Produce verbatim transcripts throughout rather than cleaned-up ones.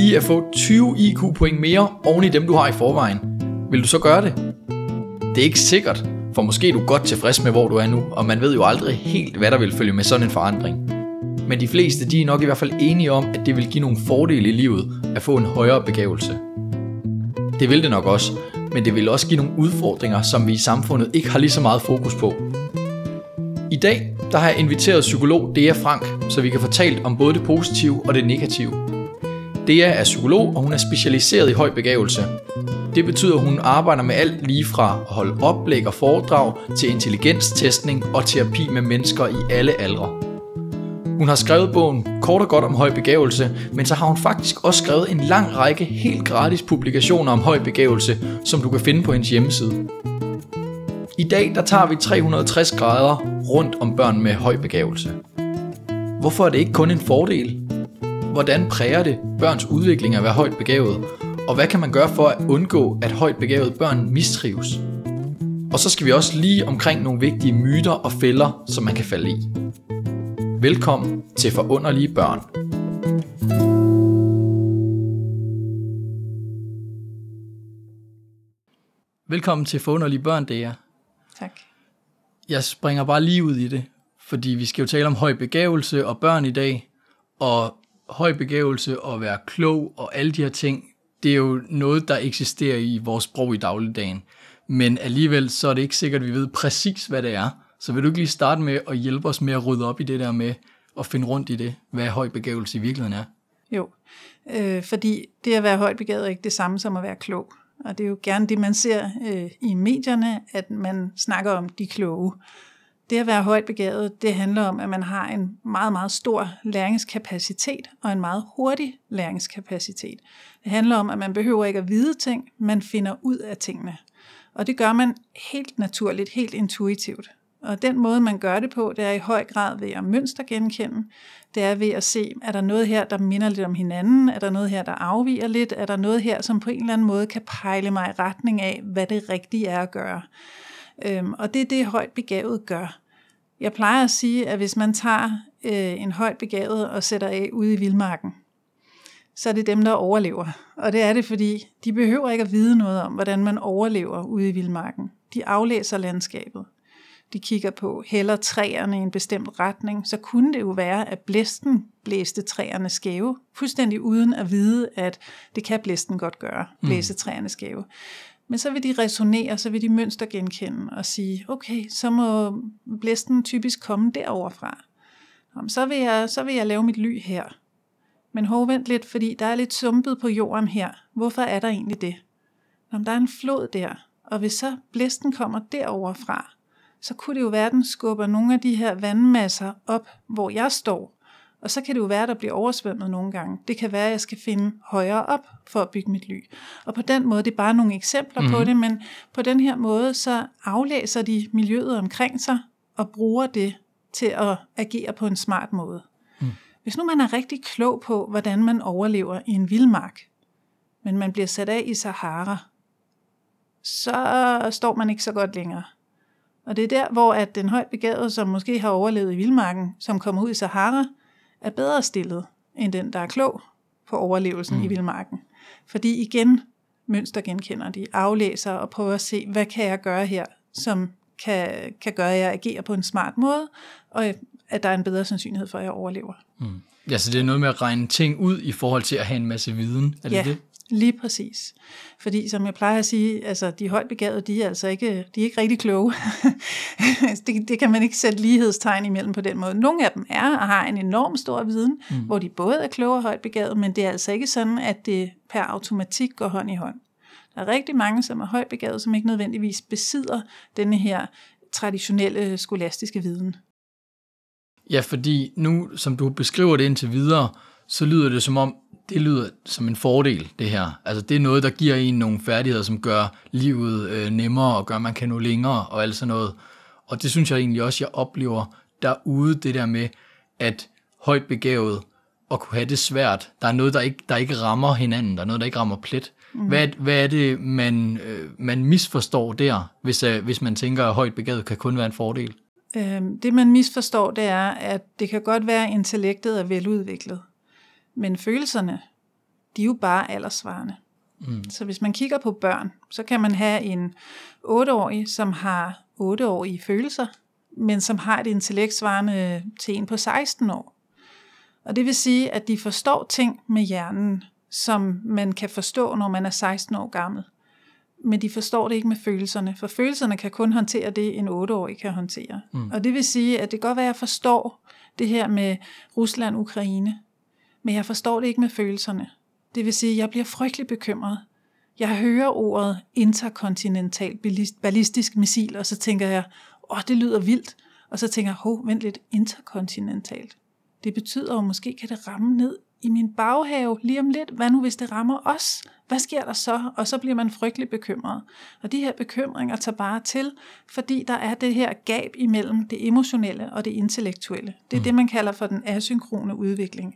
lige at få tyve I Q point mere oven i dem du har i forvejen. Vil du så gøre det? Det er ikke sikkert, for måske er du godt tilfreds med hvor du er nu, og man ved jo aldrig helt hvad der vil følge med sådan en forandring. Men de fleste de er nok i hvert fald enige om, at det vil give nogle fordele i livet at få en højere begavelse. Det vil det nok også, men det vil også give nogle udfordringer, som vi i samfundet ikke har lige så meget fokus på. I dag der har jeg inviteret psykolog Dea Frank, så vi kan få talt om både det positive og det negative. Dea er psykolog, og hun er specialiseret i høj begavelse. Det betyder, at hun arbejder med alt lige fra at holde oplæg og foredrag til intelligenstestning og terapi med mennesker i alle aldre. Hun har skrevet bogen Kort og godt om høj begavelse, men så har hun faktisk også skrevet en lang række helt gratis publikationer om høj begavelse, som du kan finde på hendes hjemmeside. I dag der tager vi tre hundrede og tres grader rundt om børn med høj begavelse. Hvorfor er det ikke kun en fordel? Hvordan præger det børns udvikling at være højt begavet? Og hvad kan man gøre for at undgå, at højt begavede børn mistrives? Og så skal vi også lige omkring nogle vigtige myter og fælder, som man kan falde i. Velkommen til Forunderlige Børn. Velkommen til Forunderlige Børn, Dea. Tak. Jeg springer bare lige ud i det, fordi vi skal jo tale om høj begavelse og børn i dag. Og høj begavelse og være klog og alle de her ting, det er jo noget, der eksisterer i vores sprog i dagligdagen. Men alligevel så er det ikke sikkert, at vi ved præcis, hvad det er. Så vil du ikke lige starte med at hjælpe os med at rydde op i det der med at finde rundt i det, hvad høj begavelse i virkeligheden er? Jo, øh, fordi det at være højt begavet er ikke det samme som at være klog. Og det er jo gerne det, man ser øh, i medierne, at man snakker om de kloge. Det at være højt begavet, det handler om, at man har en meget, meget stor læringskapacitet og en meget hurtig læringskapacitet. Det handler om, at man behøver ikke at vide ting, man finder ud af tingene. Og det gør man helt naturligt, helt intuitivt. Og den måde, man gør det på, det er i høj grad ved at mønstergenkende. Det er ved at se, er der noget her, der minder lidt om hinanden? Er der noget her, der afviger lidt? Er der noget her, som på en eller anden måde kan pejle mig i retning af, hvad det rigtige er at gøre? Øhm, og det er det, højt begavet gør. Jeg plejer at sige, at hvis man tager øh, en højt begavet og sætter af ude i vildmarken, så er det dem, der overlever. Og det er det, fordi de behøver ikke at vide noget om, hvordan man overlever ude i vildmarken. De aflæser landskabet. De kigger på, hælder træerne i en bestemt retning, så kunne det jo være, at blæsten blæste træerne skæve, fuldstændig uden at vide, at det kan blæsten godt gøre, blæse træerne skæve. Men så vil de resonere, så vil de mønstergenkende og sige, okay, så må blæsten typisk komme derovre fra. Så vil jeg, så vil jeg lave mit ly her. Men hov, vent lidt, fordi der er lidt sumpet på jorden her. Hvorfor er der egentlig det? Jamen, der er en flod der, og hvis så blæsten kommer derovre fra, så kunne det jo være, at den skubber nogle af de her vandmasser op, hvor jeg står. Og så kan det jo være, at der bliver oversvømmet nogle gange. Det kan være, at jeg skal finde højere op for at bygge mit ly. Og på den måde, det er bare nogle eksempler mm-hmm. på det, men på den her måde, så aflæser de miljøet omkring sig, og bruger det til at agere på en smart måde. Mm. Hvis nu man er rigtig klog på, hvordan man overlever i en vildmark, men man bliver sat af i Sahara, så står man ikke så godt længere. Og det er der, hvor at den højt begavede, som måske har overlevet i vildmarken, som kommer ud i Sahara, er bedre stillet end den, der er klog på overlevelsen mm. i vildmarken. Fordi igen mønstergenkender de, aflæser og prøver at se, hvad kan jeg gøre her, som kan, kan gøre, at jeg agerer på en smart måde, og at der er en bedre sandsynlighed for, at jeg overlever. Mm. Ja, så det er noget med at regne ting ud i forhold til at have en masse viden, er det ja. det? Lige præcis. Fordi som jeg plejer at sige, altså de højt begavede, de er altså ikke, de er ikke rigtig kloge. det, det kan man ikke sætte lighedstegn imellem på den måde. Nogle af dem er og har en enorm stor viden, mm. hvor de både er kloge og højt begavede, men det er altså ikke sådan, at det per automatik går hånd i hånd. Der er rigtig mange, som er højt begavede, som ikke nødvendigvis besidder denne her traditionelle skolastiske viden. Ja, fordi nu, som du beskriver det indtil videre, så lyder det som om, det lyder som en fordel, det her. Altså det er noget, der giver en nogle færdigheder, som gør livet øh, nemmere, og gør, at man kan nå længere, og alt sådan noget. Og det synes jeg egentlig også, jeg oplever derude, det der med, at højt begavet, og kunne have det svært. Der er noget, der ikke, der ikke rammer hinanden, der er noget, der ikke rammer plet. Mm. Hvad, hvad er det, man, øh, man misforstår der, hvis, øh, hvis man tænker, at højt begavet kan kun være en fordel? Øhm, det man misforstår, det er, at det kan godt være, at intellektet er veludviklet. Men følelserne, de er jo bare alderssvarende. Mm. Så hvis man kigger på børn, så kan man have en otteårig, som har otteårige følelser, men som har et intellekt svarende til en på seksten år. Og det vil sige, at de forstår ting med hjernen, som man kan forstå, når man er seksten år gammel. Men de forstår det ikke med følelserne, for følelserne kan kun håndtere det, en otteårig kan håndtere. Mm. Og det vil sige, at det kan godt være, at jeg forstår det her med Rusland og Ukraine, men jeg forstår det ikke med følelserne. Det vil sige, at jeg bliver frygtelig bekymret. Jeg hører ordet interkontinental ballistisk missil, og så tænker jeg, åh, det lyder vildt. Og så tænker jeg, hov, vent lidt, interkontinentalt. Det betyder jo, måske kan det ramme ned i min baghave lige om lidt. Hvad nu, hvis det rammer os? Hvad sker der så? Og så bliver man frygtelig bekymret. Og de her bekymringer tager bare til, fordi der er det her gab imellem det emotionelle og det intellektuelle. Det er mm. det, man kalder for den asynkrone udvikling.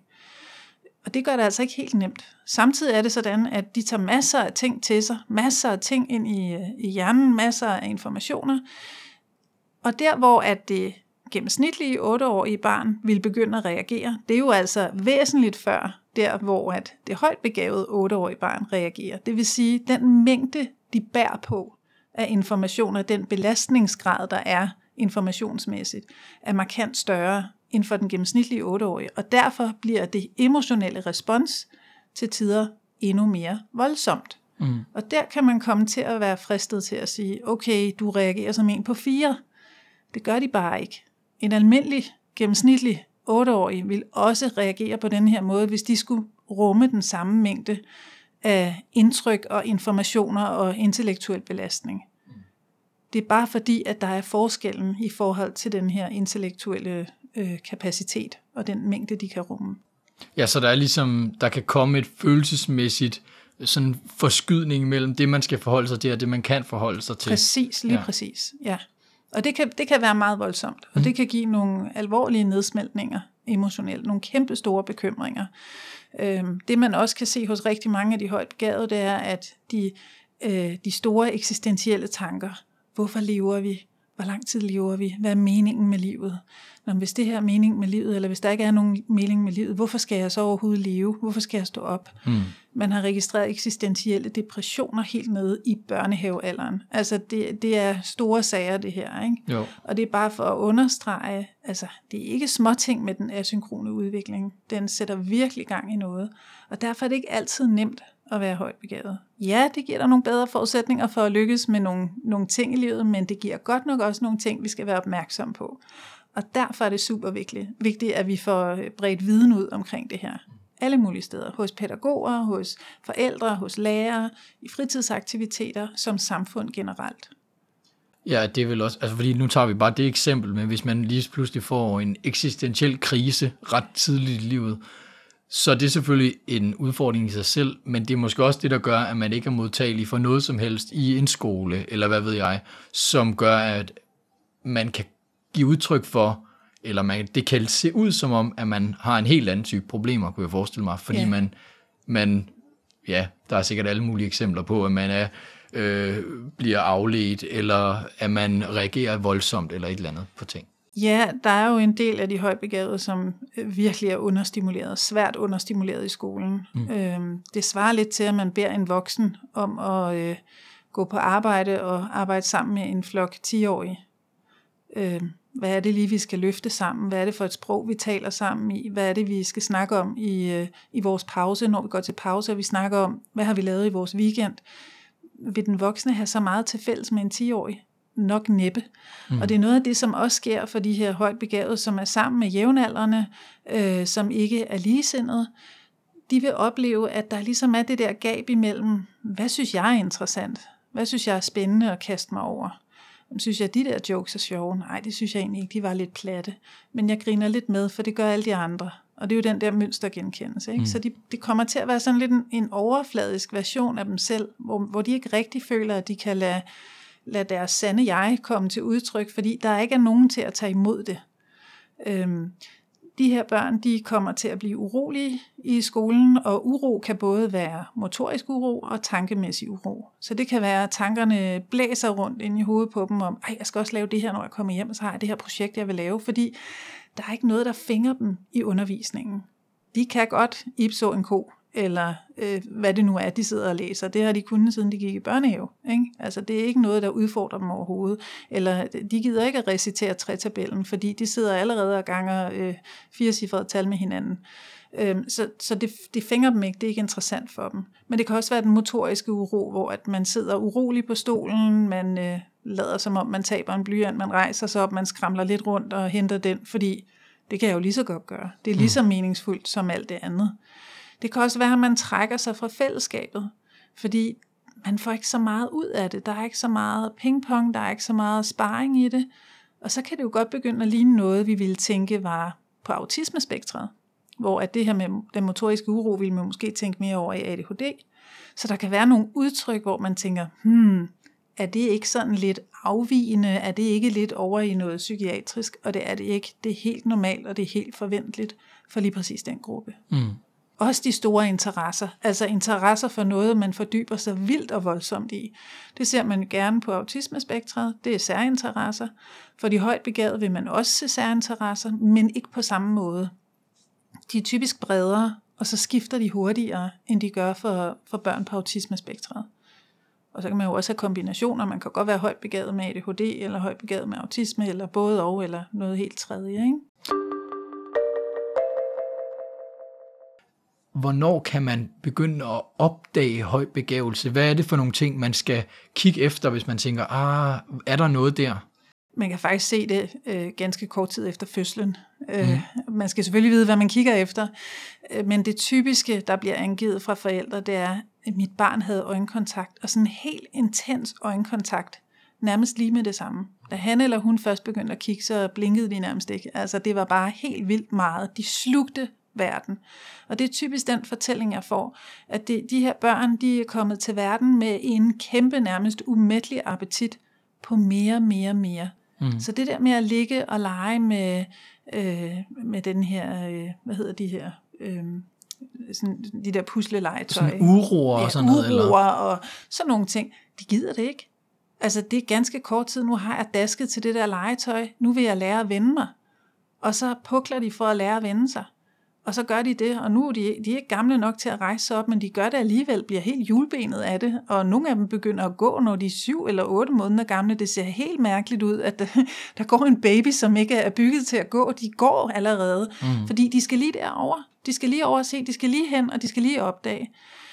Og det gør det altså ikke helt nemt. Samtidig er det sådan, at de tager masser af ting til sig, masser af ting ind i, i hjernen, masser af informationer. Og der, hvor at det gennemsnitlige otteårige barn vil begynde at reagere, det er jo altså væsentligt før der, hvor at det højt begavede otteårige barn reagerer. Det vil sige, den mængde, de bærer på af informationer, den belastningsgrad, der er informationsmæssigt, er markant større end for den gennemsnitlige otteårige, og derfor bliver det emotionelle respons til tider endnu mere voldsomt. Mm. Og der kan man komme til at være fristet til at sige, okay, du reagerer som en på fire. Det gør de bare ikke. En almindelig, gennemsnitlig otteårig vil også reagere på den her måde, hvis de skulle rumme den samme mængde af indtryk og informationer og intellektuel belastning. Mm. Det er bare fordi, at der er forskellen i forhold til den her intellektuelle øh, kapacitet og den mængde, de kan rumme. Ja, så der er ligesom, der kan komme et følelsesmæssigt sådan forskydning mellem det, man skal forholde sig til, og det, man kan forholde sig til. Præcis, lige ja. præcis, ja. Og det kan, det kan være meget voldsomt, og det kan give nogle alvorlige nedsmeltninger emotionelt, nogle kæmpe store bekymringer. Øhm, det man også kan se hos rigtig mange af de højt begavede, det er, at de, øh, de store eksistentielle tanker, hvorfor lever vi? Hvor lang tid lever vi? Hvad er meningen med livet? Nå, hvis det her er meningen med livet, eller hvis der ikke er nogen mening med livet, hvorfor skal jeg så overhovedet leve? Hvorfor skal jeg stå op? Mm. Man har registreret eksistentielle depressioner helt nede i børnehavealderen. Altså det, det er store sager det her, ikke? Jo. Og det er bare for at understrege, altså det er ikke småting med den asynkrone udvikling. Den sætter virkelig gang i noget. Og derfor er det ikke altid nemt at være højt begavet. Ja, det giver dig nogle bedre forudsætninger for at lykkes med nogle, nogle ting i livet, men det giver godt nok også nogle ting, vi skal være opmærksom på. Og derfor er det super vigtigt, vigtigt, at vi får bredt viden ud omkring det her. Alle mulige steder. Hos pædagoger, hos forældre, hos lærere, i fritidsaktiviteter, som samfund generelt. Ja, det er vel også, altså fordi nu tager vi bare det eksempel, men hvis man lige pludselig får en eksistentiel krise ret tidligt i livet, så det er selvfølgelig en udfordring i sig selv, men det er måske også det, der gør, at man ikke er modtagelig for noget som helst i en skole, eller hvad ved jeg, som gør, at man kan give udtryk for, eller man, det kan se ud som om, at man har en helt anden type problemer, kunne jeg forestille mig, fordi ja. man, man, ja, der er sikkert alle mulige eksempler på, at man er, øh, bliver afledt, eller at man reagerer voldsomt, eller et eller andet på ting. Ja, der er jo en del af de højtbegavede, som virkelig er understimuleret, svært understimuleret i skolen. Mm. Øhm, det svarer lidt til, at man beder en voksen om at øh, gå på arbejde og arbejde sammen med en flok ti-årige. Øhm, hvad er det lige, vi skal løfte sammen? Hvad er det for et sprog, vi taler sammen i? Hvad er det, vi skal snakke om i, øh, i vores pause, når vi går til pause, og vi snakker om, hvad har vi lavet i vores weekend? Vil den voksne have så meget til fælles med en ti-årig? Nok næppe. Mm. Og det er noget af det, som også sker for de her højt begavede, som er sammen med jævnaldrende, øh, som ikke er ligesindede. De vil opleve, at der ligesom er det der gab imellem, hvad synes jeg er interessant? Hvad synes jeg er spændende at kaste mig over? Synes jeg, at de der jokes er sjove? Nej, det synes jeg egentlig ikke. De var lidt platte. Men jeg griner lidt med, for det gør alle de andre. Og det er jo den der mønstergenkendelse. Ikke? Mm. Så de, de kommer til at være sådan lidt en, en overfladisk version af dem selv, hvor, hvor de ikke rigtig føler, at de kan lade lad deres sande jeg komme til udtryk, fordi der ikke er nogen til at tage imod det. Øhm, de her børn, de kommer til at blive urolige i skolen, og uro kan både være motorisk uro og tankemæssig uro. Så det kan være, at tankerne blæser rundt ind i hovedet på dem om, ej, jeg skal også lave det her, når jeg kommer hjem, og så har jeg det her projekt, jeg vil lave, fordi der er ikke noget, der finger dem i undervisningen. De kan godt ipso en ko, eller øh, hvad det nu er, de sidder og læser. Det har de kunnet, siden de gik i børnehave. Ikke? Altså, det er ikke noget, der udfordrer dem overhovedet. Eller de gider ikke at recitere tretabellen, fordi de sidder allerede og ganger øh, firecifrede tal med hinanden. Øhm, så så det, det fænger dem ikke, det er ikke interessant for dem. Men det kan også være den motoriske uro, hvor at man sidder urolig på stolen, man øh, lader som om man taber en blyant, man rejser sig op, man skramler lidt rundt og henter den, fordi det kan jeg jo lige så godt gøre. Det er lige så meningsfuldt som alt det andet. Det kan også være, at man trækker sig fra fællesskabet, fordi man får ikke så meget ud af det. Der er ikke så meget pingpong, der er ikke så meget sparring i det. Og så kan det jo godt begynde at ligne noget, vi ville tænke var på autismespektret, hvor at det her med den motoriske uro, ville man måske tænke mere over i A D H D. Så der kan være nogle udtryk, hvor man tænker, hmm, er det ikke sådan lidt afvigende? Er det ikke lidt over i noget psykiatrisk? Og det er det ikke. Det er helt normalt, og det er helt forventeligt for lige præcis den gruppe. Mm. Også de store interesser. Altså interesser for noget, man fordyber sig vildt og voldsomt i. Det ser man gerne på autismespektret. Det er særinteresser. For de højt begavede vil man også se særinteresser, men ikke på samme måde. De er typisk bredere, og så skifter de hurtigere, end de gør for, for børn på autismespektret. Og så kan man jo også have kombinationer. Man kan godt være højt begavet med A D H D, eller højt begavet med autisme, eller både og, eller noget helt tredje, ikke? Hvornår kan man begynde at opdage høj begavelse? Hvad er det for nogle ting, man skal kigge efter, hvis man tænker, ah, er der noget der? Man kan faktisk se det øh, ganske kort tid efter fødslen. Øh, mm. Man skal selvfølgelig vide, hvad man kigger efter. Øh, men det typiske, der bliver angivet fra forældre, det er, at mit barn havde øjenkontakt, og sådan en helt intens øjenkontakt, nærmest lige med det samme. Da han eller hun først begyndte at kigge, så blinkede de nærmest ikke. Altså det var bare helt vildt meget. De slugte verden. Og det er typisk den fortælling, jeg får, at det, de her børn, de er kommet til verden med en kæmpe, nærmest umættelig appetit på mere, mere, mere. Mm. Så det der med at ligge og lege med, øh, med den her, øh, hvad hedder de her, øh, sådan, de der puslelegetøj. Sådan uroer ja, og sådan noget. Uroer og sådan nogle ting. De gider det ikke. Altså det er ganske kort tid, nu har jeg dasket til det der legetøj, nu vil jeg lære at vende mig. Og så pukler de for at lære at vende sig. Og så gør de det, og nu er de, de er ikke gamle nok til at rejse sig op, men de gør det alligevel, bliver helt hjulbenet af det, og nogle af dem begynder at gå, når de er syv eller otte måneder gamle. Det ser helt mærkeligt ud, at der, der går en baby, som ikke er bygget til at gå, de går allerede, mm. fordi de skal lige derover. De skal lige over se, de skal lige hen, og de skal lige opdage.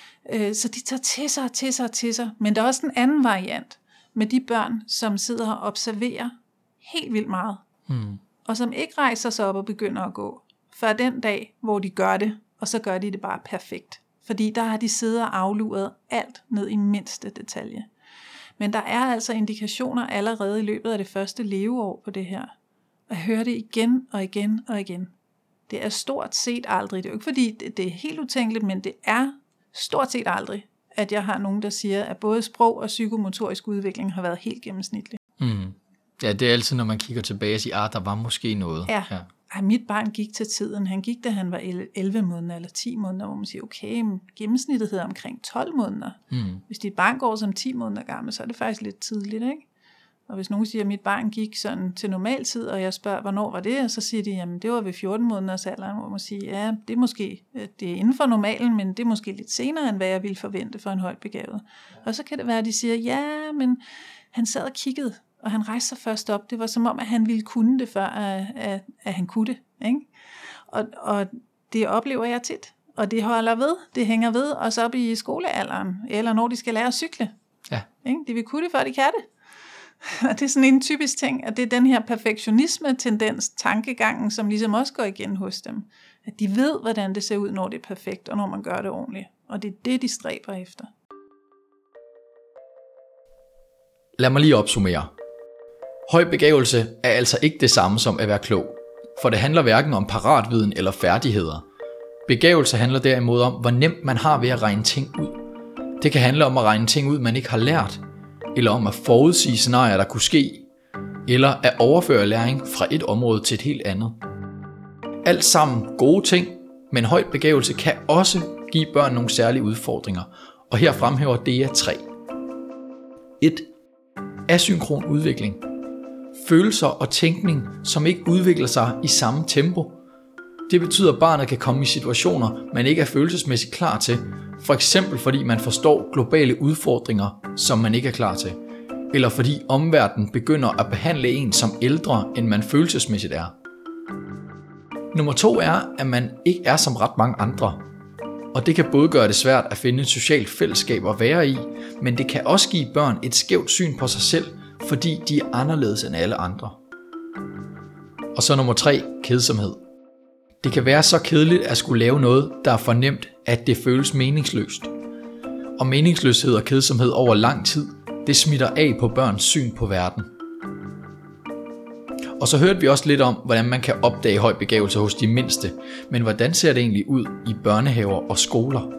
Så de tager til sig og til sig og til sig. Men der er også en anden variant med de børn, som sidder og observerer helt vildt meget, mm. og som ikke rejser sig op og begynder at gå. Før den dag, hvor de gør det, og så gør de det bare perfekt. Fordi der har de siddet og afluret alt ned i mindste detalje. Men der er altså indikationer allerede i løbet af det første leveår på det her. Og jeg hører det igen og igen og igen. Det er stort set aldrig, det er jo ikke fordi det er helt utænkeligt, men det er stort set aldrig, at jeg har nogen, der siger, at både sprog og psykomotorisk udvikling har været helt gennemsnitlig. Mm. Ja, det er altid, når man kigger tilbage og siger, at der var måske noget. Ja. ja. Ej, mit barn gik til tiden. Han gik, da han var elleve måneder eller ti måneder, hvor man siger, okay, gennemsnittet hedder omkring tolv måneder. Mm. Hvis dit barn går som ti måneder gammel, så er det faktisk lidt tidligt, ikke? Og hvis nogen siger, at mit barn gik sådan til normal tid, og jeg spørger, hvornår var det, og så siger de, jamen det var ved fjorten måneders alderen, hvor man siger, ja, det er måske, det er inden for normalen, men det er måske lidt senere, end hvad jeg ville forvente for en højt begavet. Og så kan det være, at de siger, ja, men han sad og kiggede, og han rejste sig først op. Det var som om, at han ville kunne det, før at, at, at han kunne det. Ikke? Og, og det oplever jeg tit. Og det holder ved, det hænger ved, også op i skolealderen, eller når de skal lære at cykle. Ja. Ikke? De vil kunne det, før de kan det. Og det er sådan en typisk ting, at det er den her perfektionisme-tendens, tankegangen, som ligesom også går igen hos dem. At de ved, hvordan det ser ud, når det er perfekt, og når man gør det ordentligt. Og det er det, de stræber efter. Lad mig lige opsummere. Høj begavelse er altså ikke det samme som at være klog, for det handler hverken om paratviden eller færdigheder. Begavelse handler derimod om, hvor nemt man har ved at regne ting ud. Det kan handle om at regne ting ud, man ikke har lært, eller om at forudsige scenarier, der kunne ske, eller at overføre læring fra et område til et helt andet. Alt sammen gode ting, men høj begavelse kan også give børn nogle særlige udfordringer, og her fremhæver D E A tre. et. Asynkron udvikling. Følelser og tænkning, som ikke udvikler sig i samme tempo. Det betyder, at barnet kan komme i situationer, man ikke er følelsesmæssigt klar til. For eksempel fordi man forstår globale udfordringer, som man ikke er klar til. Eller fordi omverdenen begynder at behandle en som ældre, end man følelsesmæssigt er. Nummer to er, at man ikke er som ret mange andre. Og det kan både gøre det svært at finde et socialt fællesskab at være i, men det kan også give børn et skævt syn på sig selv, fordi de er anderledes end alle andre. Og så nummer tre, kedsomhed. Det kan være så kedeligt at skulle lave noget, der er for nemt, at det føles meningsløst. Og meningsløshed og kedsomhed over lang tid, det smitter af på børns syn på verden. Og så hørte vi også lidt om, hvordan man kan opdage høj begævelse hos de mindste, men hvordan ser det egentlig ud i børnehaver og skoler?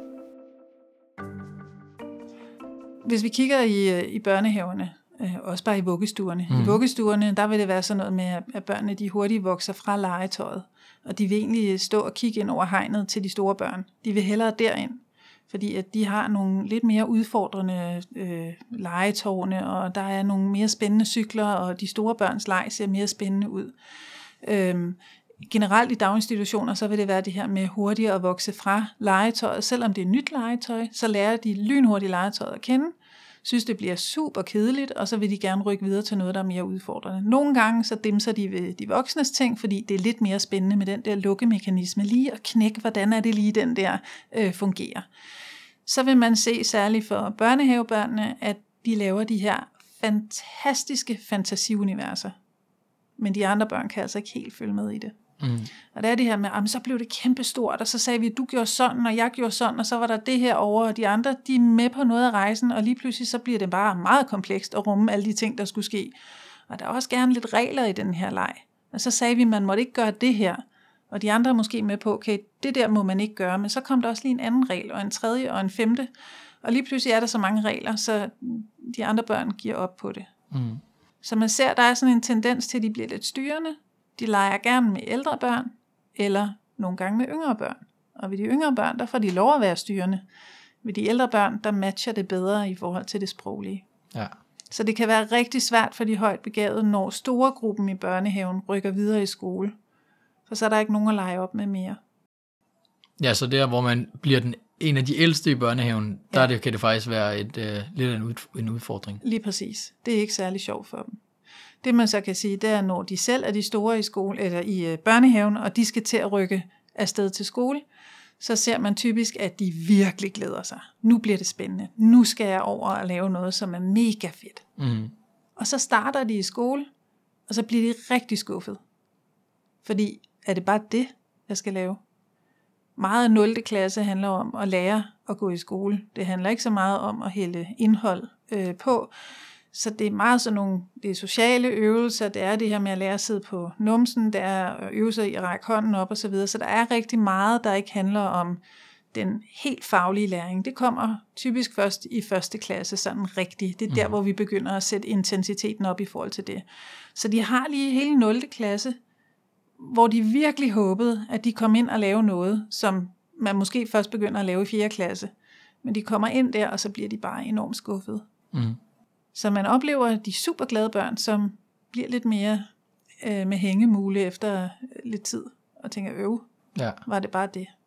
Hvis vi kigger i, i børnehaverne, også bare i vuggestuerne. Mm. I vuggestuerne, der vil det være sådan noget med, at børnene de hurtigt vokser fra legetøjet, og de vil egentlig stå og kigge ind over hegnet til de store børn. De vil hellere derind, fordi at de har nogle lidt mere udfordrende øh, legetårne, og der er nogle mere spændende cykler, og de store børns leg ser mere spændende ud. Øhm, generelt i daginstitutioner, så vil det være det her med hurtigt at vokse fra legetøjet. Selvom det er nyt legetøj, så lærer de lynhurtigt legetøjet at kende, synes det bliver super kedeligt, og så vil de gerne rykke videre til noget, der er mere udfordrende. Nogle gange så dimser de ved de voksnes ting, fordi det er lidt mere spændende med den der lukkemekanisme, lige at knække, hvordan er det lige den der øh, fungerer. Så vil man se særligt for børnehavebørnene, at de laver de her fantastiske fantasiuniverser. Men de andre børn kan altså ikke helt følge med i det. Mm. Og det er det her med, at så blev det kæmpestort, og så sagde vi, at du gjorde sådan, og jeg gjorde sådan, og så var der det her over, og de andre, de er med på noget af rejsen, og lige pludselig så bliver det bare meget komplekst at rumme alle de ting, der skulle ske. Og der er også gerne lidt regler i den her leg. Og så sagde vi, at man måtte ikke gøre det her, og de andre er måske med på, okay, det der må man ikke gøre, men så kom der også lige en anden regel, og en tredje, og en femte, og lige pludselig er der så mange regler, så de andre børn giver op på det. Mm. Så man ser, der er sådan en tendens til, at de bliver lidt styrende. De leger gerne med ældre børn, eller nogle gange med yngre børn. Og ved de yngre børn, der får de lov at være styrende. Ved de ældre børn, der matcher det bedre i forhold til det sproglige. Ja. Så det kan være rigtig svært for de højt begavede, når store gruppen i børnehaven rykker videre i skole. For så er der ikke nogen at lege op med mere. Ja, så der, hvor man bliver den, en af de ældste i børnehaven, ja. der det, kan det faktisk være et, øh, lidt af en, ud, en udfordring. Lige præcis. Det er ikke særlig sjovt for dem. Det man så kan sige, det er, når de selv er de store i skole eller i børnehaven, og de skal til at rykke afsted til skole, så ser man typisk, at de virkelig glæder sig. Nu bliver det spændende. Nu skal jeg over og lave noget, som er mega fedt. Mm. Og så starter de i skole, og så bliver de rigtig skuffet. Fordi, er det bare det, jeg skal lave? Meget af nul klasse handler om at lære at gå i skole. Det handler ikke så meget om at hælde indhold øh, på. Så det er meget sådan nogle det er sociale øvelser, det er det her med at lære at sidde på numsen, det er at øve sig i at række hånden op og så videre. Så der er rigtig meget, der ikke handler om den helt faglige læring. Det kommer typisk først i første klasse, sådan rigtigt. Det er der, mm. hvor vi begynder at sætte intensiteten op i forhold til det. Så de har lige hele nul klasse, hvor de virkelig håbede, at de kom ind og lave noget, som man måske først begynder at lave i fjerde klasse. Men de kommer ind der, og så bliver de bare enormt skuffede. Mm. Så man oplever de super glade børn, som bliver lidt mere øh, med hængemule efter lidt tid, og tænker, øv, ja. Var det bare det?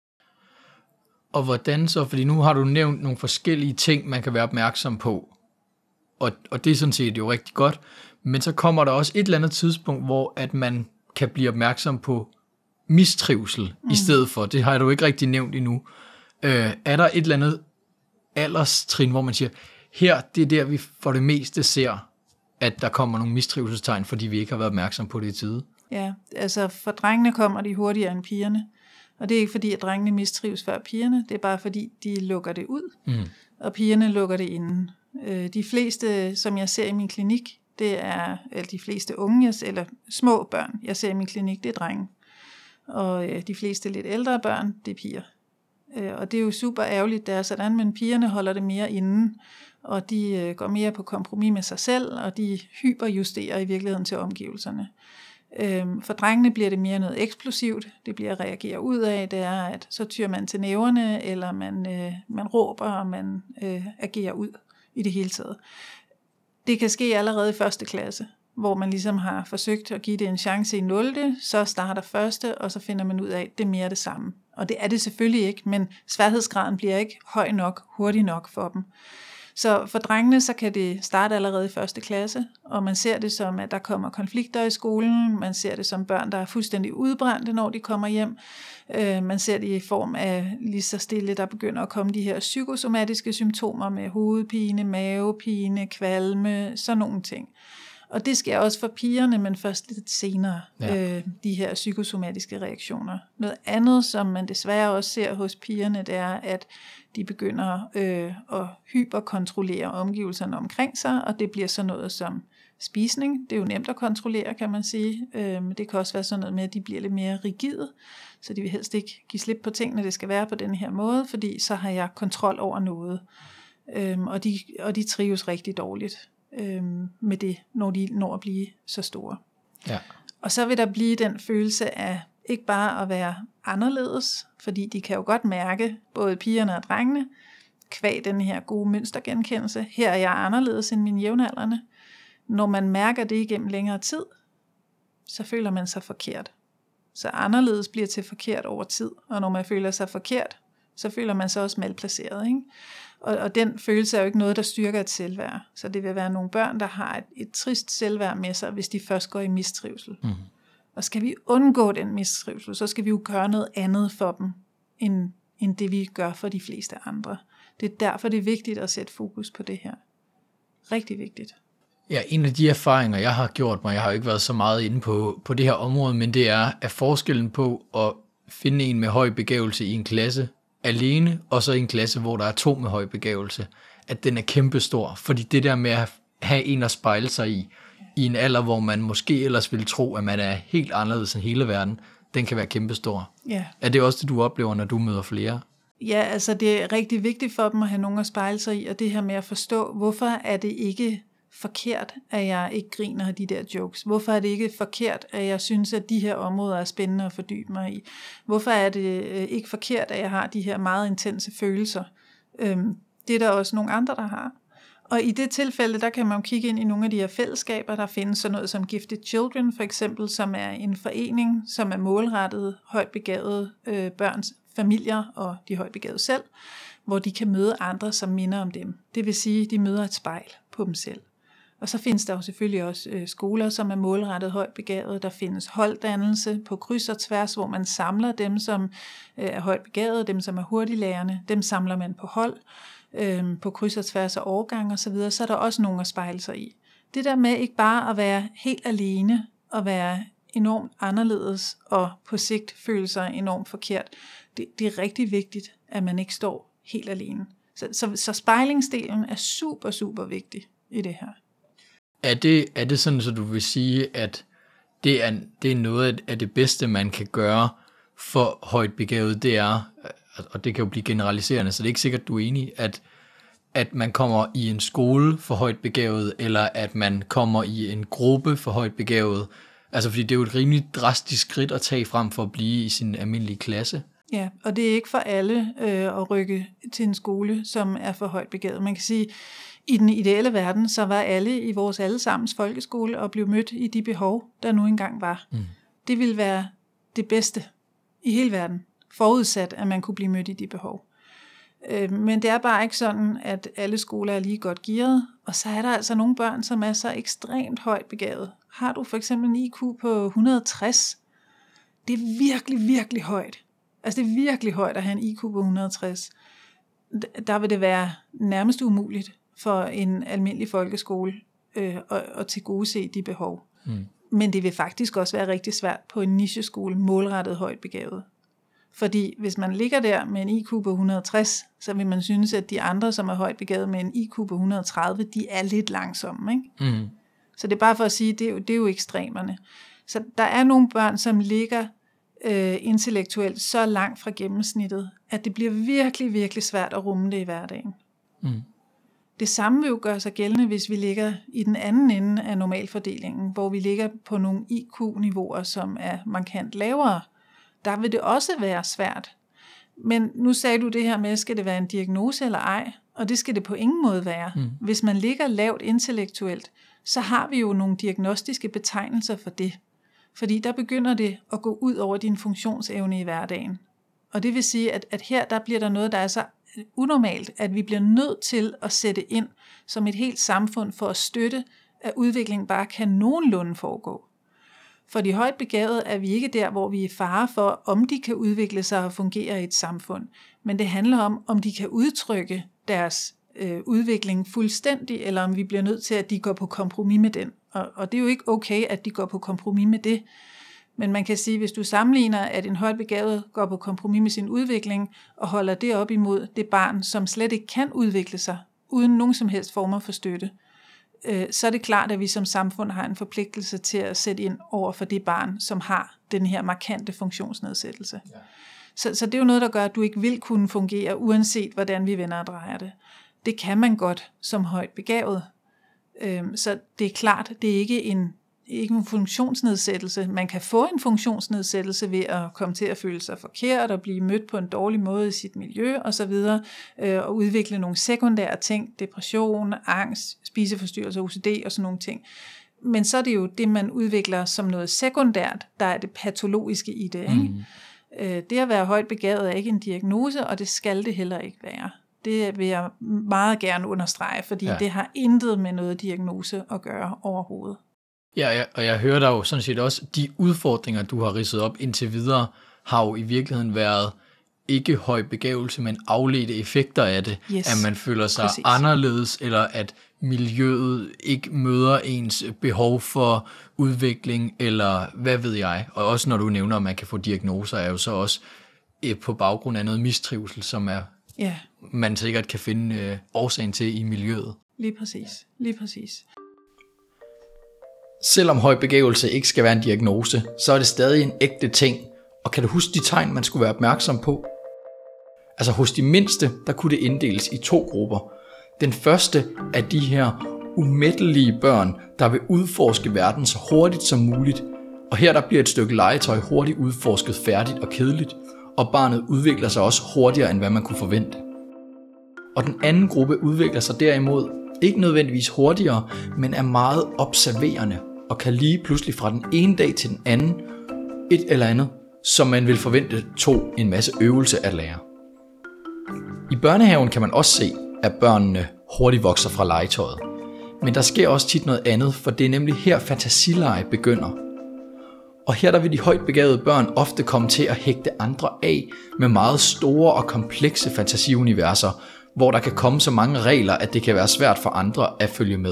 Og hvordan så, fordi nu har du nævnt nogle forskellige ting, man kan være opmærksom på, og, og det er sådan set jo rigtig godt, men så kommer der også et eller andet tidspunkt, hvor at man kan blive opmærksom på mistrivsel mm. i stedet for, det har du ikke rigtig nævnt endnu. Øh, er der et eller andet alderstrin, hvor man siger, her, det er der, vi for det meste ser, at der kommer nogle mistrivselstegn, fordi vi ikke har været opmærksom på det i tide. Ja, altså for drengene kommer de hurtigere end pigerne. Og det er ikke fordi, at drengene mistrives før pigerne, det er bare fordi, de lukker det ud, mm. og pigerne lukker det inden. De fleste, som jeg ser i min klinik, det er, eller de fleste unge, eller små børn, jeg ser i min klinik, det er drenge. Og de fleste lidt ældre børn, det er piger. Og det er jo super ærgerligt, det er sådan, men pigerne holder det mere inden, og de går mere på kompromis med sig selv, og de hyperjusterer i virkeligheden til omgivelserne. For drengene bliver det mere noget eksplosivt, det bliver at reagere ud af, det er, at så tyrer man til næverne, eller man, øh, man råber, og man øh, agerer ud i det hele taget. Det kan ske allerede i første klasse, hvor man ligesom har forsøgt at give det en chance i nul. Så starter første, og så finder man ud af, at det er mere det samme. Og det er det selvfølgelig ikke, men sværhedsgraden bliver ikke høj nok, hurtig nok for dem. Så for drengene, så kan det starte allerede i første klasse, og man ser det som, at der kommer konflikter i skolen, man ser det som børn, der er fuldstændig udbrændte, når de kommer hjem. Man ser det i form af lige så stille, der begynder at komme de her psykosomatiske symptomer med hovedpine, mavepine, kvalme, sådan nogle ting. Og det sker også for pigerne, men først lidt senere, ja. øh, de her psykosomatiske reaktioner. Noget andet, som man desværre også ser hos pigerne, det er, at de begynder øh, at hyperkontrollere omgivelserne omkring sig, og det bliver sådan noget som spisning. Det er jo nemt at kontrollere, kan man sige. Øh, men det kan også være sådan noget med, at de bliver lidt mere rigide, så de vil helst ikke give slip på tingene, det skal være på den her måde, fordi så har jeg kontrol over noget. Øh, og, de, og de trives rigtig dårligt med det, når de når at blive så store. Ja. Og så vil der blive den følelse af ikke bare at være anderledes, fordi de kan jo godt mærke, både pigerne og drengene, kvad den her gode mønstergenkendelse, her er jeg anderledes end mine jævnaldrende. Når man mærker det igennem længere tid, så føler man sig forkert. Så anderledes bliver til forkert over tid, og når man føler sig forkert, så føler man sig også malplaceret, ikke? Og, og den følelse er jo ikke noget, der styrker et selvværd. Så det vil være nogle børn, der har et, et trist selvværd med sig, hvis de først går i mistrivsel. Mm. Og skal vi undgå den mistrivsel, så skal vi jo gøre noget andet for dem, end, end det vi gør for de fleste andre. Det er derfor, det er vigtigt at sætte fokus på det her. Rigtig vigtigt. Ja, en af de erfaringer, jeg har gjort mig, jeg har jo ikke været så meget inde på, på det her område, men det er, at forskellen på at finde en med høj begævelse i en klasse, alene, og så i en klasse, hvor der er to med høj begævelse, at den er kæmpestor. Fordi det der med at have en at spejle sig i, i en alder, hvor man måske ellers ville tro, at man er helt anderledes end hele verden, den kan være kæmpestor. Ja. Er det også det, du oplever, når du møder flere? Ja, altså det er rigtig vigtigt for dem at have nogen at spejle sig i, og det her med at forstå, hvorfor er det ikke forkert, at jeg ikke griner af de der jokes? Hvorfor er det ikke forkert, at jeg synes, at de her områder er spændende at fordybe mig i? Hvorfor er det ikke forkert, at jeg har de her meget intense følelser? Øhm, det er der også nogle andre, der har. Og i det tilfælde, der kan man jo kigge ind i nogle af de her fællesskaber. Der findes sådan noget som Gifted Children, for eksempel, som er en forening, som er målrettet højt begavede øh, børns familier og de højt begavede selv, hvor de kan møde andre, som minder om dem. Det vil sige, at de møder et spejl på dem selv. Og så findes der jo selvfølgelig også øh, skoler, som er målrettet højt begavede. Der findes holddannelse på kryds og tværs, hvor man samler dem, som øh, er højt begavede, dem, som er hurtiglærende. Dem samler man på hold, øh, på kryds og tværs af årgang og så videre. Så er der også nogen at spejle sig i. Det der med ikke bare at være helt alene og være enormt anderledes og på sigt føle sig enormt forkert, det, det er rigtig vigtigt, at man ikke står helt alene. Så, så, så spejlingsdelen er super, super vigtig i det her. Er det, er det sådan, så du vil sige, at det er, det er noget af det bedste, man kan gøre for højt begavet, det er, og det kan jo blive generaliserende, så det er ikke sikkert, du er enig, at, at man kommer i en skole for højt begavet, eller at man kommer i en gruppe for højt begavet, altså fordi det er jo et rimelig drastisk skridt at tage frem for at blive i sin almindelige klasse. Ja, og det er ikke for alle øh, at rykke til en skole, som er for højt begavet. Man kan sige, i den ideelle verden, så var alle i vores allesammens folkeskole og blev mødt i de behov, der nu engang var. Mm. Det ville være det bedste i hele verden, forudsat, at man kunne blive mødt i de behov. Øh, men det er bare ikke sådan, at alle skoler er lige godt gearet, og så er der altså nogle børn, som er så ekstremt højt begavet. Har du for eksempel en I Q på et hundrede og tres? Det er virkelig, virkelig højt. Altså det er virkelig højt at have en I Q på et hundrede og tres. Der vil det være nærmest umuligt for en almindelig folkeskole øh, at, at tilgodese de behov. Mm. Men det vil faktisk også være rigtig svært på en nicheskole målrettet højt begavet. Fordi hvis man ligger der med en I Q på et hundrede og tres, så vil man synes, at de andre, som er højt begavet med en I Q på et hundrede og tredive, de er lidt langsomme. Ikke? Mm. Så det er bare for at sige, at det er jo, det er jo ekstremerne. Så der er nogle børn, som ligger øh, intellektuelt så langt fra gennemsnittet, at det bliver virkelig, virkelig svært at rumme det i hverdagen. Mm. Det samme vil jo gøre sig gældende, hvis vi ligger i den anden ende af normalfordelingen, hvor vi ligger på nogle I Q-niveauer, som er markant lavere. Der vil det også være svært. Men nu sagde du det her med, skal det være en diagnose eller ej? Og det skal det på ingen måde være. Mm. Hvis man ligger lavt intellektuelt, så har vi jo nogle diagnostiske betegnelser for det. Fordi der begynder det at gå ud over din funktionsevne i hverdagen. Og det vil sige, at, at her der bliver der noget, der er så unormalt, at vi bliver nødt til at sætte ind som et helt samfund for at støtte, at udviklingen bare kan nogenlunde foregå. For de højt begavede er vi ikke der, hvor vi er i fare for, om de kan udvikle sig og fungere i et samfund. Men det handler om, om de kan udtrykke deres øh, udvikling fuldstændig, eller om vi bliver nødt til, at de går på kompromis med den. Og, og det er jo ikke okay, at de går på kompromis med det. Men man kan sige, hvis du sammenligner, at en højt begavet går på kompromis med sin udvikling, og holder det op imod det barn, som slet ikke kan udvikle sig, uden nogen som helst former for støtte, øh, så er det klart, at vi som samfund har en forpligtelse til at sætte ind over for det barn, som har den her markante funktionsnedsættelse. Ja. Så, så det er jo noget, der gør, at du ikke vil kunne fungere, uanset hvordan vi vender og drejer det. Det kan man godt som højt begavet. Øh, så det er klart, det er ikke en ikke en funktionsnedsættelse. Man kan få en funktionsnedsættelse ved at komme til at føle sig forkert og blive mødt på en dårlig måde i sit miljø osv. Øh, og udvikle nogle sekundære ting, depression, angst, spiseforstyrrelser, O C D og sådan nogle ting. Men så er det jo det, man udvikler som noget sekundært, der er det patologiske i det. Ikke? Mm. Øh, det at være højt begavet er ikke en diagnose, og det skal det heller ikke være. Det vil jeg meget gerne understrege, fordi ja. Det har intet med noget diagnose at gøre overhovedet. Ja, ja, og jeg hører der jo sådan set også, de udfordringer, du har ridset op indtil videre, har jo i virkeligheden været ikke høj begavelse, men afledte effekter af det. Yes. At man føler sig Præcis. anderledes, eller at miljøet ikke møder ens behov for udvikling, eller hvad ved jeg. Og også når du nævner, at man kan få diagnoser, er jo så også på baggrund af noget mistrivsel, som er, yeah. man sikkert kan finde øh, årsagen til i miljøet. Lige præcis, lige præcis. Selvom høj begavelse ikke skal være en diagnose, så er det stadig en ægte ting. Og kan du huske de tegn, man skulle være opmærksom på? Altså hos de mindste, der kunne det inddeles i to grupper. Den første er de her umættelige børn, der vil udforske verden så hurtigt som muligt. Og her der bliver et stykke legetøj hurtigt udforsket færdigt og kedeligt, og barnet udvikler sig også hurtigere, end hvad man kunne forvente. Og den anden gruppe udvikler sig derimod ikke nødvendigvis hurtigere, men er meget observerende, og kan lige pludselig fra den ene dag til den anden et eller andet, som man vil forvente tog en masse øvelse at lære. I børnehaven kan man også se, at børnene hurtigt vokser fra legetøjet. Men der sker også tit noget andet, for det er nemlig her fantasilleje begynder. Og her der vil de højt begavede børn ofte komme til at hægte andre af med meget store og komplekse fantasiuniverser, hvor der kan komme så mange regler, at det kan være svært for andre at følge med.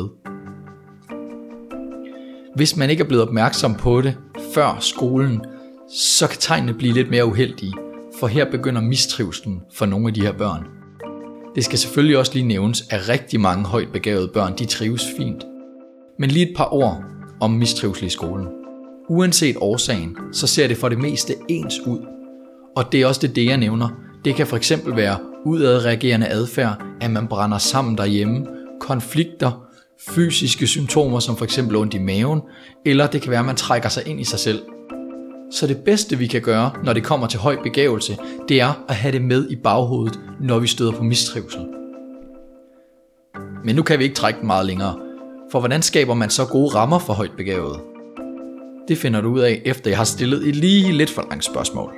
Hvis man ikke er blevet opmærksom på det før skolen, så kan tegnene blive lidt mere uheldige, for her begynder mistrivslen for nogle af de her børn. Det skal selvfølgelig også lige nævnes, at rigtig mange højt begavede børn, de trives fint. Men lige et par ord om mistrivsel i skolen. Uanset årsagen, så ser det for det meste ens ud. Og det er også det, det jeg nævner. Det kan for eksempel være udadreagerende adfærd, at man brænder sammen derhjemme, konflikter, fysiske symptomer som for eksempel ondt i maven, eller det kan være, at man trækker sig ind i sig selv. Så det bedste vi kan gøre, når det kommer til høj begavelse, det er at have det med i baghovedet, når vi støder på mistrivsel. Men nu kan vi ikke trække den meget længere, for hvordan skaber man så gode rammer for højt begavede? Det finder du ud af, efter jeg har stillet et lige lidt for langt spørgsmål.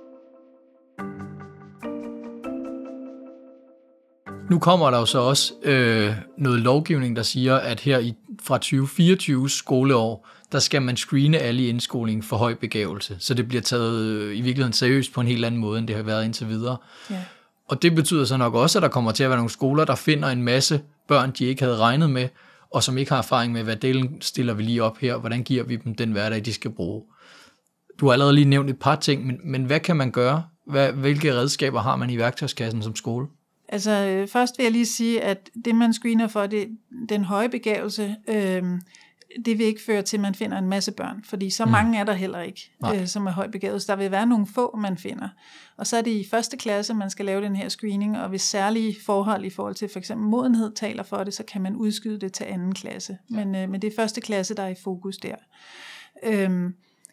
Nu kommer der jo så også øh, noget lovgivning, der siger, at her i, fra tyve fireogtyve skoleår, der skal man screene alle i indskolingen for høj begavelse. Så det bliver taget øh, i virkeligheden seriøst på en helt anden måde, end det har været indtil videre. Ja. Og det betyder så nok også, at der kommer til at være nogle skoler, der finder en masse børn, de ikke havde regnet med, og som ikke har erfaring med, hvad delen stiller vi lige op her, hvordan giver vi dem den hverdag, de skal bruge. Du har allerede lige nævnt et par ting, men, men hvad kan man gøre? Hvad, hvilke redskaber har man i værktøjskassen som skole? Altså først vil jeg lige sige, at det man screener for, det, den høje begavelse, øh, det vil ikke føre til, at man finder en masse børn, fordi så mange mm. er der heller ikke, øh, som er højt begavet. Der vil være nogle få, man finder. Og så er det i første klasse, man skal lave den her screening, og hvis særlige forhold i forhold til for eksempel modenhed taler for det, så kan man udskyde det til anden klasse. Men, øh, men det er første klasse, der er i fokus der. Øhm,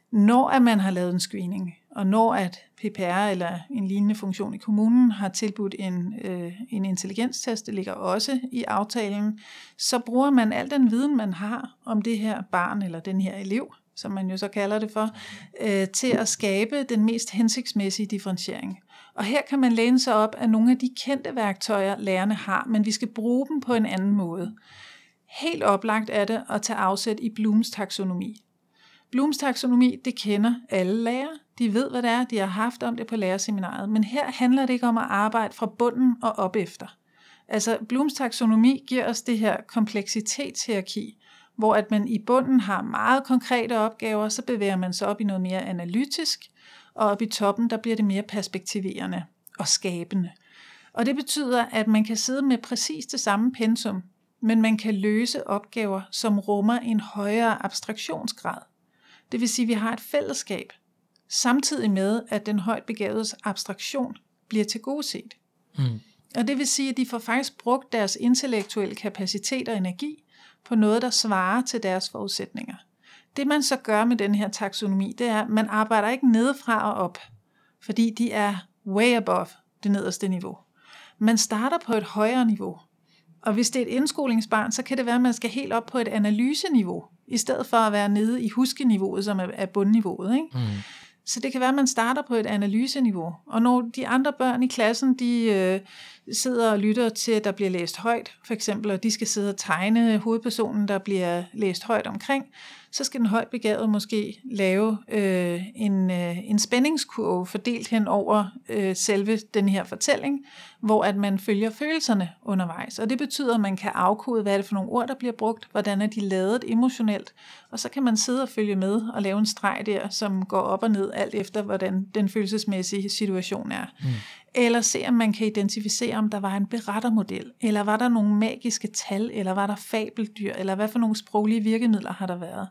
Når at man har lavet en screening, og når at P P R eller en lignende funktion i kommunen har tilbudt en, øh, en intelligenstest, det ligger også i aftalen, så bruger man al den viden, man har om det her barn eller den her elev, som man jo så kalder det for, øh, til at skabe den mest hensigtsmæssige differentiering. Og her kan man læne sig op af nogle af de kendte værktøjer, lærerne har, men vi skal bruge dem på en anden måde. Helt oplagt er det at tage afsæt i Blooms taksonomi. Blooms taksonomi, det kender alle lærere. De ved, hvad det er. De har haft om det på lærerseminaret. Men her handler det ikke om at arbejde fra bunden og op efter. Altså, Blooms taksonomi giver os det her kompleksitetshierarki, hvor at man i bunden har meget konkrete opgaver, så bevæger man sig op i noget mere analytisk, og op i toppen, der bliver det mere perspektiverende og skabende. Og det betyder, at man kan sidde med præcis det samme pensum, men man kan løse opgaver, som rummer en højere abstraktionsgrad. Det vil sige, at vi har et fællesskab, samtidig med, at den højt begavedes abstraktion bliver tilgodeset. Mm. Og det vil sige, at de får faktisk brugt deres intellektuelle kapacitet og energi på noget, der svarer til deres forudsætninger. Det man så gør med den her taksonomi, det er, at man arbejder ikke nedefra og op, fordi de er way above det nederste niveau. Man starter på et højere niveau. Og hvis det er et indskolingsbarn, så kan det være, at man skal helt op på et analyseniveau, i stedet for at være nede i huskeniveauet, som er bundniveauet. Ikke? Mm. Så det kan være, at man starter på et analyseniveau. Og når de andre børn i klassen, de øh, sidder og lytter til, at der bliver læst højt, for eksempel, og de skal sidde og tegne hovedpersonen, der bliver læst højt omkring, så skal den højt begavede måske lave øh, en, øh, en spændingskurve fordelt hen over øh, selve den her fortælling, hvor at man følger følelserne undervejs. Og det betyder, at man kan afkode, hvad er det for nogle ord, der bliver brugt, hvordan er de lavet emotionelt, og så kan man sidde og følge med og lave en streg der, som går op og ned, alt efter hvordan den følelsesmæssige situation er. Mm. Eller se, om man kan identificere, om der var en berettermodel, eller var der nogle magiske tal, eller var der fabeldyr, eller hvad for nogle sproglige virkemidler har der været.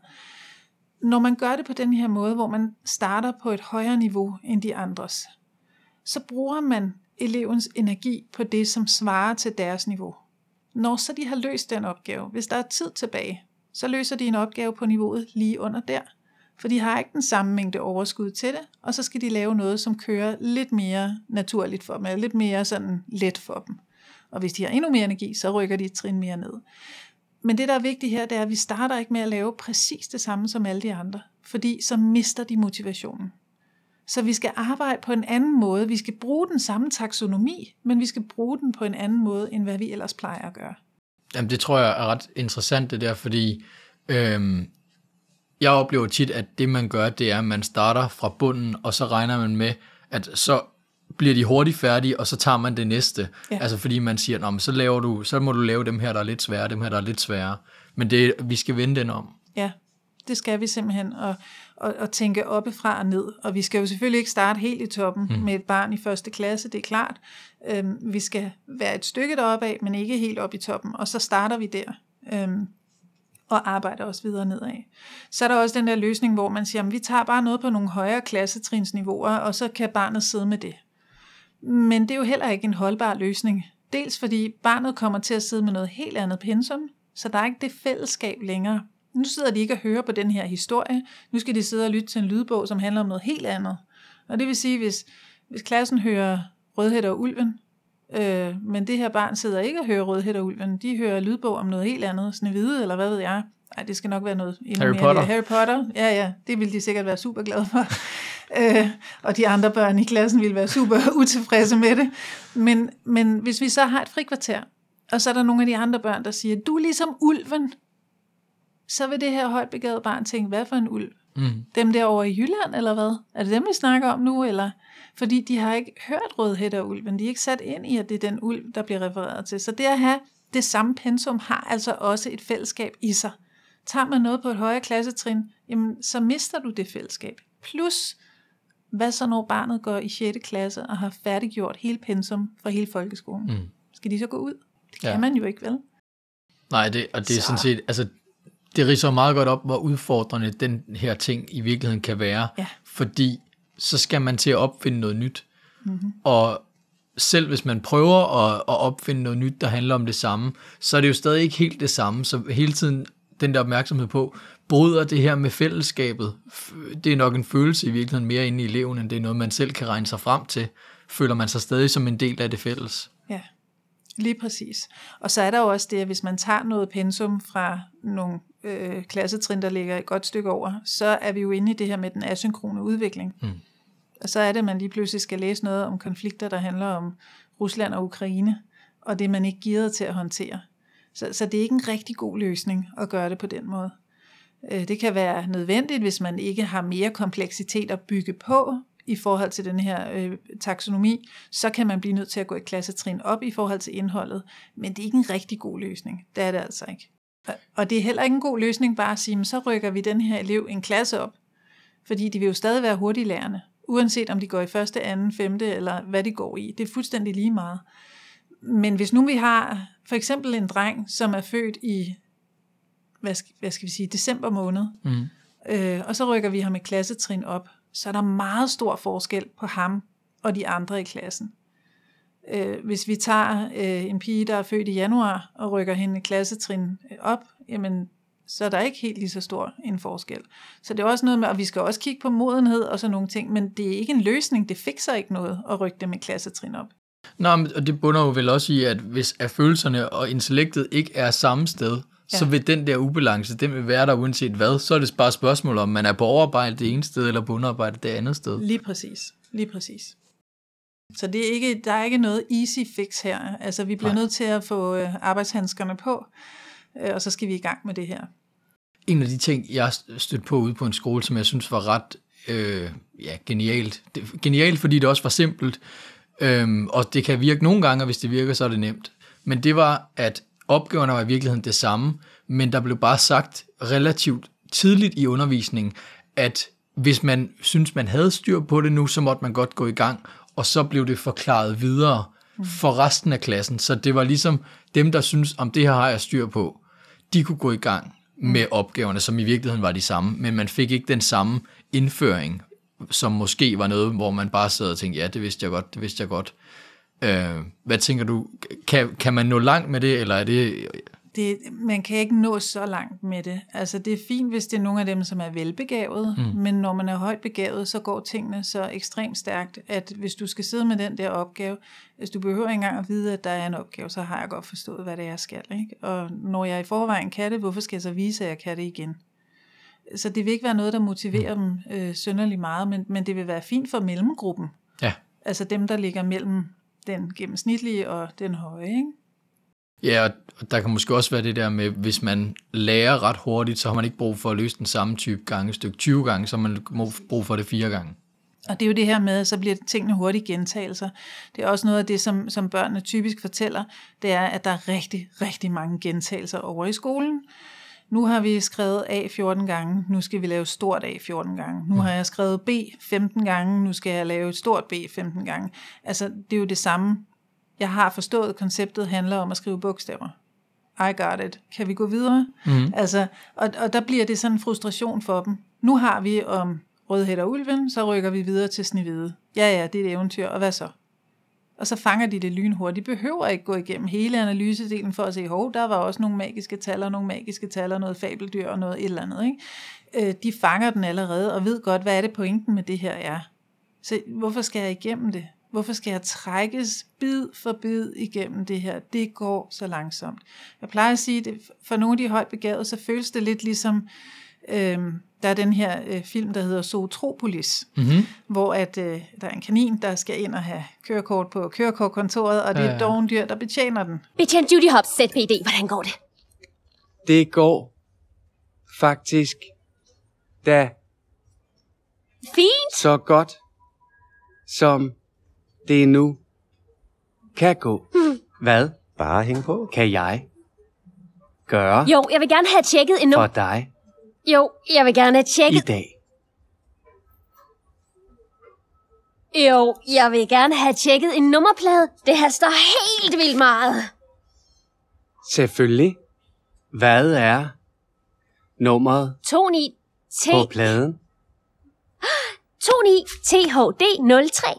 Når man gør det på den her måde, hvor man starter på et højere niveau end de andres, så bruger man elevens energi på det, som svarer til deres niveau. Når så de har løst den opgave, hvis der er tid tilbage, så løser de en opgave på niveauet lige under der. For de har ikke den samme mængde overskud til det, og så skal de lave noget, som kører lidt mere naturligt for dem, eller lidt mere sådan let for dem. Og hvis de har endnu mere energi, så rykker de et trin mere ned. Men det, der er vigtigt her, det er, at vi starter ikke med at lave præcis det samme som alle de andre, fordi så mister de motivationen. Så vi skal arbejde på en anden måde. Vi skal bruge den samme taksonomi, men vi skal bruge den på en anden måde, end hvad vi ellers plejer at gøre. Jamen, det tror jeg er ret interessant, det der, fordi øhm, jeg oplever tit, at det man gør, det er, at man starter fra bunden, og så regner man med, at så bliver de hurtigt færdige, og så tager man det næste. Ja. Altså fordi man siger, nå, men så, laver du, så må du lave dem her, der er lidt svære, dem her, der er lidt svære. Men det, vi skal vende den om. Ja, det skal vi simpelthen, og, og, og tænke oppefra og ned. Og vi skal jo selvfølgelig ikke starte helt i toppen mm. med et barn i første klasse, det er klart. Øhm, vi skal være et stykke deroppe af, men ikke helt op i toppen, og så starter vi der. Øhm, og arbejder også videre nedad. Så er der også den der løsning, hvor man siger, at vi tager bare noget på nogle højere klassetrinsniveauer, og så kan barnet sidde med det. Men det er jo heller ikke en holdbar løsning. Dels fordi barnet kommer til at sidde med noget helt andet pensum, så der er ikke det fællesskab længere. Nu sidder de ikke og hører på den her historie. Nu skal de sidde og lytte til en lydbog, som handler om noget helt andet. Og det vil sige, hvis, hvis klassen hører Rødhætte og Ulven, øh, men det her barn sidder ikke og hører Rødhætte og Ulven, de hører lydbog om noget helt andet, Snehvide, eller hvad ved jeg. Nej, det skal nok være noget endnu Harry mere. Potter. Harry Potter, ja ja, det vil de sikkert være super glade for. øh, og de andre børn i klassen vil være super utilfredse med det. Men, men hvis vi så har et frikvarter, og så er der nogle af de andre børn, der siger, du er ligesom ulven, så vil det her højt begavede barn tænke, hvad for en ulv? Mm. Dem der over i Jylland, eller hvad? Er det dem, vi snakker om nu, eller? Fordi de har ikke hørt Rødhætte og Ulven, de er ikke sat ind i, at det er den ulv, der bliver refereret til. Så det at have det samme pensum, har altså også et fællesskab i sig. Tager man noget på et højere klassetrin, jamen, så mister du det fællesskab. Plus, hvad så når barnet går i sjette klasse og har færdiggjort hele pensum for hele folkeskolen? Mm. Skal de så gå ud? Det kan ja. man jo ikke, vel? Nej, det, og det er så. sådan set, altså, det ridser meget godt op, hvor udfordrende den her ting i virkeligheden kan være, ja. fordi så skal man til at opfinde noget nyt. Mm-hmm. Og selv hvis man prøver at, at opfinde noget nyt, der handler om det samme, så er det jo stadig ikke helt det samme. Så hele tiden den der opmærksomhed på, bryder det her med fællesskabet. Det er nok en følelse i virkeligheden mere inde i eleven, end det er noget, man selv kan regne sig frem til. Føler man sig stadig som en del af det fælles. Ja, lige præcis. Og så er der jo også det, at hvis man tager noget pensum fra nogle øh, klassetrin, der ligger et godt stykke over, så er vi jo inde i det her med den asynkrone udvikling. Mm. Og så er det, at man lige pludselig skal læse noget om konflikter, der handler om Rusland og Ukraine, og det er man ikke gearet til at håndtere. Så, så det er ikke en rigtig god løsning at gøre det på den måde. Det kan være nødvendigt, hvis man ikke har mere kompleksitet at bygge på i forhold til den her øh, taksonomi, så kan man blive nødt til at gå et klassetrin op i forhold til indholdet, men det er ikke en rigtig god løsning. Det er det altså ikke. Og det er heller ikke en god løsning bare at sige, men så rykker vi den her elev en klasse op, fordi de vil jo stadig være hurtiglærende, uanset om de går i første, anden, femte eller hvad de går i. Det er fuldstændig lige meget. Men hvis nu vi har for eksempel en dreng, som er født i, hvad skal, hvad skal vi sige, december måned, mm. øh, og så rykker vi ham et klassetrin op, så er der meget stor forskel på ham og de andre i klassen. Øh, hvis vi tager øh, en pige, der er født i januar, og rykker hende et klassetrin op, jamen, så er der ikke helt lige så stor en forskel. Så det er også noget med, og vi skal også kigge på modenhed og sådan nogle ting, men det er ikke en løsning, det fikser ikke noget at rykke dem et klassetrin op. Nå, og det bunder jo vel også i, at hvis at følelserne og intellektet ikke er samme sted, ja. Så vil den der ubalance, den vil være der uanset hvad, så er det bare et spørgsmål om, man er på overarbejde det ene sted, eller på underarbejde det andet sted. Lige præcis, lige præcis. Så det er ikke, der er ikke noget easy fix her. Altså vi bliver Nej. nødt til at få arbejdshandskerne på, og så skal vi i gang med det her. En af de ting, jeg stødte på ude på en skole, som jeg synes var ret øh, ja, genialt. Det, genialt, fordi det også var simpelt, øhm, og det kan virke nogle gange, og hvis det virker, så er det nemt. Men det var, at opgaverne var i virkeligheden det samme, men der blev bare sagt relativt tidligt i undervisningen, at hvis man synes man havde styr på det nu, så måtte man godt gå i gang, og så blev det forklaret videre for resten af klassen. Så det var ligesom dem, der synes, om det her har jeg styr på, de kunne gå i gang med opgaverne, som i virkeligheden var de samme, men man fik ikke den samme indføring, som måske var noget, hvor man bare sad og tænkte, ja, det vidste jeg godt, det vidste jeg godt. Øh, hvad tænker du, kan, kan man nå langt med det, eller er det... det? Man kan ikke nå så langt med det. Altså det er fint, hvis det er nogle af dem, som er velbegavet, mm. men når man er højt begavet, så går tingene så ekstremt stærkt, at hvis du skal sidde med den der opgave, hvis du behøver ikke engang at vide, at der er en opgave, så har jeg godt forstået, hvad det er, jeg skal. Ikke? Og når jeg i forvejen kan det, hvorfor skal jeg så vise, at jeg kan det igen? Så det vil ikke være noget, der motiverer mm. dem øh, synderligt meget, men, men det vil være fint for mellemgruppen. Ja. Altså dem, der ligger mellem den gennemsnitlige og den høje, ikke? Ja, og der kan måske også være det der med, hvis man lærer ret hurtigt, så har man ikke brug for at løse den samme type gange, stykke tyve gange, så har man brug for det fire gange. Og det er jo det her med, så bliver tingene hurtigt gentagelser. Det er også noget af det, som, som børnene typisk fortæller, det er, at der er rigtig, rigtig mange gentagelser over i skolen. Nu har vi skrevet A fjorten gange, nu skal vi lave stort A fjorten gange. Nu har jeg skrevet B femten gange, nu skal jeg lave et stort B femten gange. Altså, det er jo det samme. Jeg har forstået, at konceptet handler om at skrive bogstaver. I got it. Kan vi gå videre? Mm. Altså, og, og der bliver det sådan en frustration for dem. Nu har vi om Rødhæt og Ulven, så rykker vi videre til Snehvide. Ja, ja, det er et eventyr, og hvad så? Og så fanger de det lynhurtigt. De behøver ikke gå igennem hele analysedelen for at se, hov, der var også nogle magiske tal, og nogle magiske tal, og noget fabeldyr, og noget et eller andet. Ikke? De fanger den allerede, og ved godt, hvad er det pointen med det her er. Så hvorfor skal jeg igennem det? Hvorfor skal jeg trækkes bid for bid igennem det her? Det går så langsomt. Jeg plejer at sige, at for nogle af de højt begavede, så føles det lidt ligesom, øhm, der er den her øh, film, der hedder Zootropolis, mm-hmm. hvor at, øh, der er en kanin, der skal ind og have kørekort på kørekortkontoret, og det er et dovendyr, der betjener den. Betjent Judy Hobbs, Z P D. Hvordan går det? Det går faktisk da fint. Så godt, som det nu kan gå. Hmm. Hvad? Bare hæng på. Kan jeg gøre? Jo, jeg vil gerne have tjekket en for dig. Jo, jeg vil gerne have tjekket i dag. Jo, jeg vil gerne have tjekket en nummerplade. Det haster helt vildt meget. Selvfølgelig. Hvad er nummeret to ni T på pladen? to ni T H D nul tre.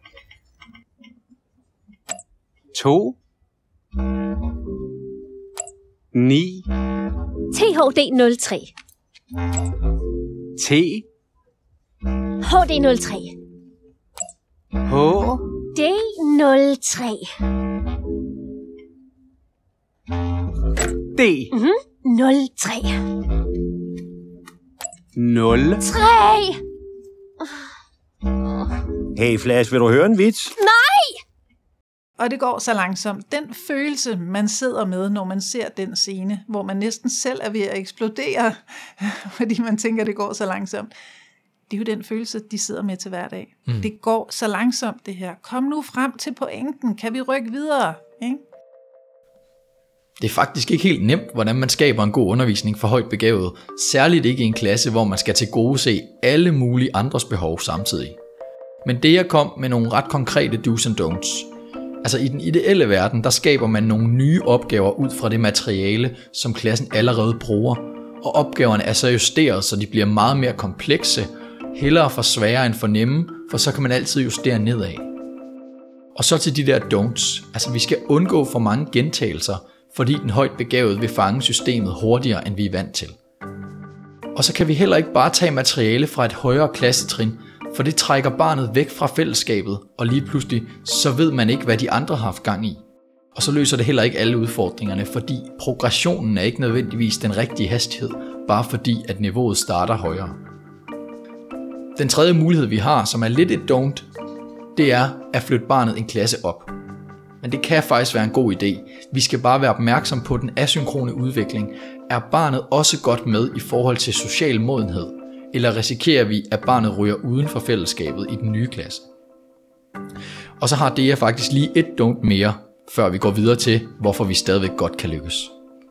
To ni, T H D nul tre. T, H D nul tre. H, D nul tre. D, nul tre. nul. tre. Hey Flash, vil du høre en vits? Og det går så langsomt. Den følelse, man sidder med, når man ser den scene, hvor man næsten selv er ved at eksplodere, fordi man tænker, at det går så langsomt. Det er jo den følelse, de sidder med til hverdag. Mm. Det går så langsomt, det her. Kom nu frem til pointen. Kan vi rykke videre? Ikke? Det er faktisk ikke helt nemt, hvordan man skaber en god undervisning for højt begavet, særligt ikke i en klasse, hvor man skal tilgodese alle mulige andres behov samtidig. Men det jeg kom med nogle ret konkrete do's and don'ts. Altså i den ideelle verden, der skaber man nogle nye opgaver ud fra det materiale, som klassen allerede bruger, og opgaverne er så justeret, så de bliver meget mere komplekse, hellere for svære end for nemme, for så kan man altid justere nedad. Og så til de der don'ts. Altså vi skal undgå for mange gentagelser, fordi den højt begavede vil fange systemet hurtigere, end vi er vant til. Og så kan vi heller ikke bare tage materiale fra et højere klassetrin, for det trækker barnet væk fra fællesskabet, og lige pludselig så ved man ikke, hvad de andre har haft gang i. Og så løser det heller ikke alle udfordringerne, fordi progressionen er ikke nødvendigvis den rigtige hastighed, bare fordi at niveauet starter højere. Den tredje mulighed vi har, som er lidt et don't, det er at flytte barnet en klasse op. Men det kan faktisk være en god idé. Vi skal bare være opmærksom på den asynkrone udvikling. Er barnet også godt med i forhold til social modenhed? Eller risikerer vi, at barnet ryger uden for fællesskabet i den nye klasse? Og så har det jeg faktisk lige et don't mere, før vi går videre til, hvorfor vi stadigvæk godt kan lykkes.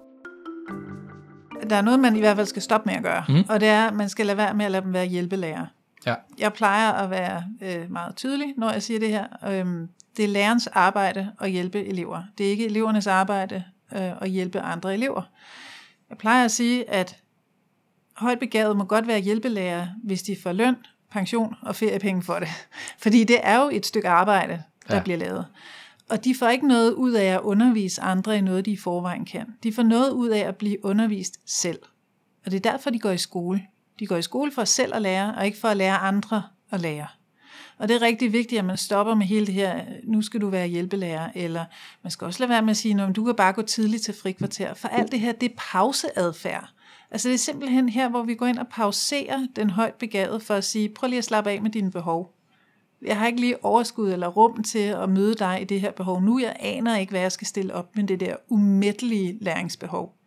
Der er noget, man i hvert fald skal stoppe med at gøre, Mm. og det er, at man skal lade være med at lade dem være hjælpelærer. Ja. Jeg plejer at være øh, meget tydelig, når jeg siger det her. Øhm, det er lærerens arbejde at hjælpe elever. Det er ikke elevernes arbejde øh, at hjælpe andre elever. Jeg plejer at sige, at højt begavet må godt være hjælpelærer, hvis de får løn, pension og feriepenge for det. Fordi det er jo et stykke arbejde, der Ja. bliver lavet. Og de får ikke noget ud af at undervise andre i noget, de i forvejen kan. De får noget ud af at blive undervist selv. Og det er derfor, de går i skole. De går i skole for selv at lære, og ikke for at lære andre at lære. Og det er rigtig vigtigt, at man stopper med hele det her, nu skal du være hjælpelærer, eller man skal også lade være med at sige, at du kan bare gå tidligt til frikvarter. For alt det her, det er pauseadfærd. Altså det er simpelthen her, hvor vi går ind og pauserer den højt begavede for at sige, prøv lige at slappe af med dine behov. Jeg har ikke lige overskud eller rum til at møde dig i det her behov. Nu jeg aner ikke, hvad jeg skal stille op med det der umættelige læringsbehov.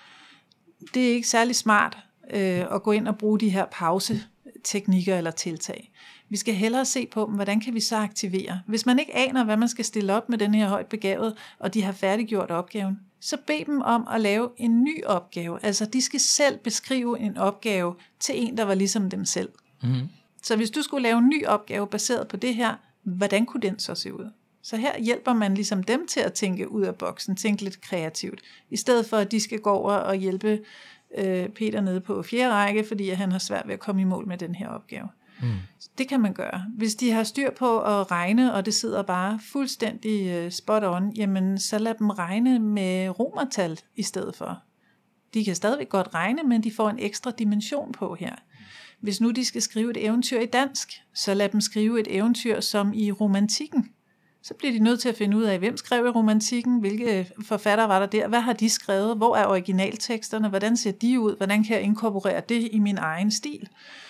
Det er ikke særlig smart øh, at gå ind og bruge de her pauseteknikker eller tiltag. Vi skal hellere se på, hvordan kan vi så aktivere. Hvis man ikke aner, hvad man skal stille op med den her højt begavede, og de har færdiggjort opgaven, så bed dem om at lave en ny opgave. Altså de skal selv beskrive en opgave til en, der var ligesom dem selv. Mm-hmm. Så hvis du skulle lave en ny opgave baseret på det her, hvordan kunne den så se ud? Så her hjælper man ligesom dem til at tænke ud af boksen, tænke lidt kreativt, i stedet for at de skal gå over og hjælpe øh, Peter nede på fjerde række, fordi han har svært ved at komme i mål med den her opgave. Mm. Det kan man gøre. Hvis de har styr på at regne, og det sidder bare fuldstændig øh, spot on, jamen så lad dem regne med romertal i stedet for. De kan stadigvæk godt regne, men de får en ekstra dimension på her. Hvis nu de skal skrive et eventyr i dansk, så lad dem skrive et eventyr som i romantikken. Så bliver de nødt til at finde ud af, hvem skrev i romantikken, hvilke forfattere var der der, hvad har de skrevet, hvor er originalteksterne, hvordan ser de ud, hvordan kan jeg inkorporere det i min egen stil.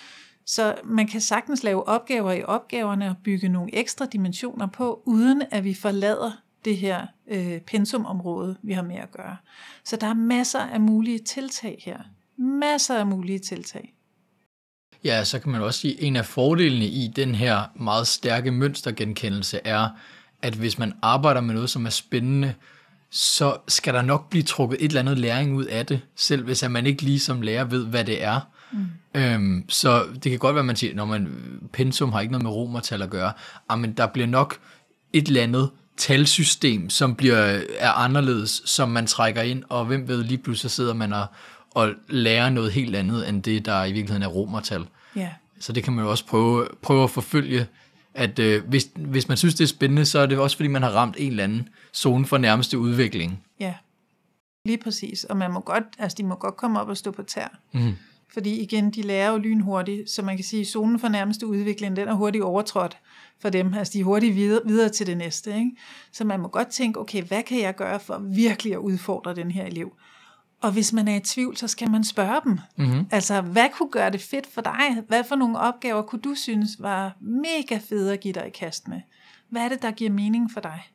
Så man kan sagtens lave opgaver i opgaverne og bygge nogle ekstra dimensioner på, uden at vi forlader det her øh, pensumområde, vi har med at gøre. Så der er masser af mulige tiltag her. Masser af mulige tiltag. Ja, så kan man også sige, at en af fordelene i den her meget stærke mønstergenkendelse er, at hvis man arbejder med noget, som er spændende, så skal der nok blive trukket et eller andet læring ud af det, selv hvis man ikke lige som lærer ved, hvad det er. Mm. Øhm, så det kan godt være, at man siger, når man pensum har ikke noget med romertal at gøre, men der bliver nok et eller andet talsystem, som bliver, er anderledes, som man trækker ind, og hvem ved, lige pludselig sidder man og, og lærer noget helt andet, end det, der i virkeligheden er romertal. Yeah. Så det kan man jo også prøve, prøve at forfølge, at øh, hvis, hvis man synes, det er spændende, så er det også, fordi man har ramt en eller anden zone for nærmeste udvikling. Ja. Lige præcis, og man må godt, altså de må godt komme op og stå på tær. Mm. Fordi igen, de lærer jo lynhurtigt, så man kan sige, at zonen for nærmeste udvikling, den er hurtigt overtrådt for dem. Altså de er hurtigt videre, videre til det næste. Ikke? Så man må godt tænke, okay, hvad kan jeg gøre for virkelig at udfordre den her elev? Og hvis man er i tvivl, så skal man spørge dem. Mm-hmm. Altså, hvad kunne gøre det fedt for dig? Hvad for nogle opgaver kunne du synes var mega fede at give dig i kast med? Hvad er det, der giver mening for dig?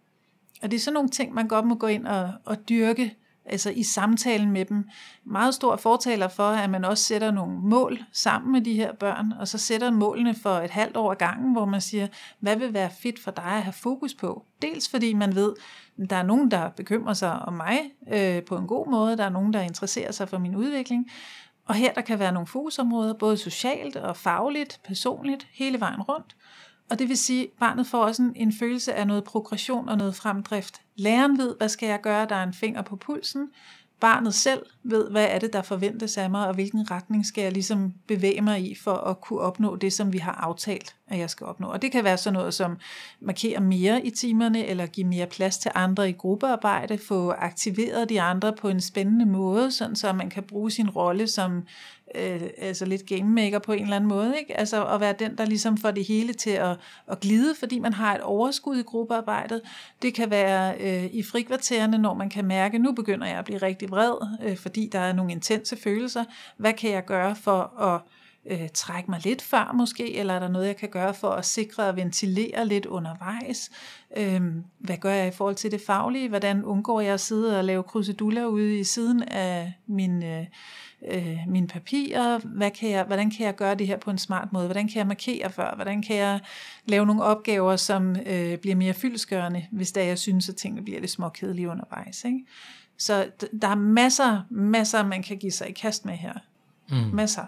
Og det er sådan nogle ting, man godt må gå ind og, og dyrke, altså i samtalen med dem. Meget stor fortaler for, at man også sætter nogle mål sammen med de her børn, og så sætter målene for et halvt år ad gangen, hvor man siger, hvad vil være fedt for dig at have fokus på? Dels fordi man ved, at der er nogen, der bekymrer sig om mig øh, på en god måde, der er nogen, der interesserer sig for min udvikling, og her der kan være nogle fokusområder, både socialt og fagligt, personligt, hele vejen rundt. Og det vil sige, at barnet får også en, en følelse af noget progression og noget fremdrift. Læreren ved, hvad skal jeg gøre, der er en finger på pulsen. Barnet selv ved, hvad er det, der forventes af mig, og hvilken retning skal jeg ligesom bevæge mig i, for at kunne opnå det, som vi har aftalt, at jeg skal opnå. Og det kan være sådan noget som markere mere i timerne, eller give mere plads til andre i gruppearbejde, få aktiveret de andre på en spændende måde, sådan så man kan bruge sin rolle som øh, altså lidt gamemaker på en eller anden måde, ikke? Altså at være den, der ligesom får det hele til at, at glide, fordi man har et overskud i gruppearbejdet. Det kan være øh, i frikvartererne, når man kan mærke, nu begynder jeg at blive rigtig vred, øh, fordi der er nogle intense følelser. Hvad kan jeg gøre for at øh, trække mig lidt før måske, eller er der noget, jeg kan gøre for at sikre at ventilere lidt undervejs? Øh, hvad gør jeg i forhold til det faglige? Hvordan undgår jeg at sidde og lave kruseduller ude i siden af min... Øh, Øh, mine papirer, hvad kan jeg, hvordan kan jeg gøre det her på en smart måde, hvordan kan jeg markere før, hvordan kan jeg lave nogle opgaver, som øh, bliver mere fyldestgørende, hvis der jeg synes, at tingene bliver lidt småkedelige undervejs. Ikke? Så d- der er masser, masser, man kan give sig i kast med her. Mm. Masser.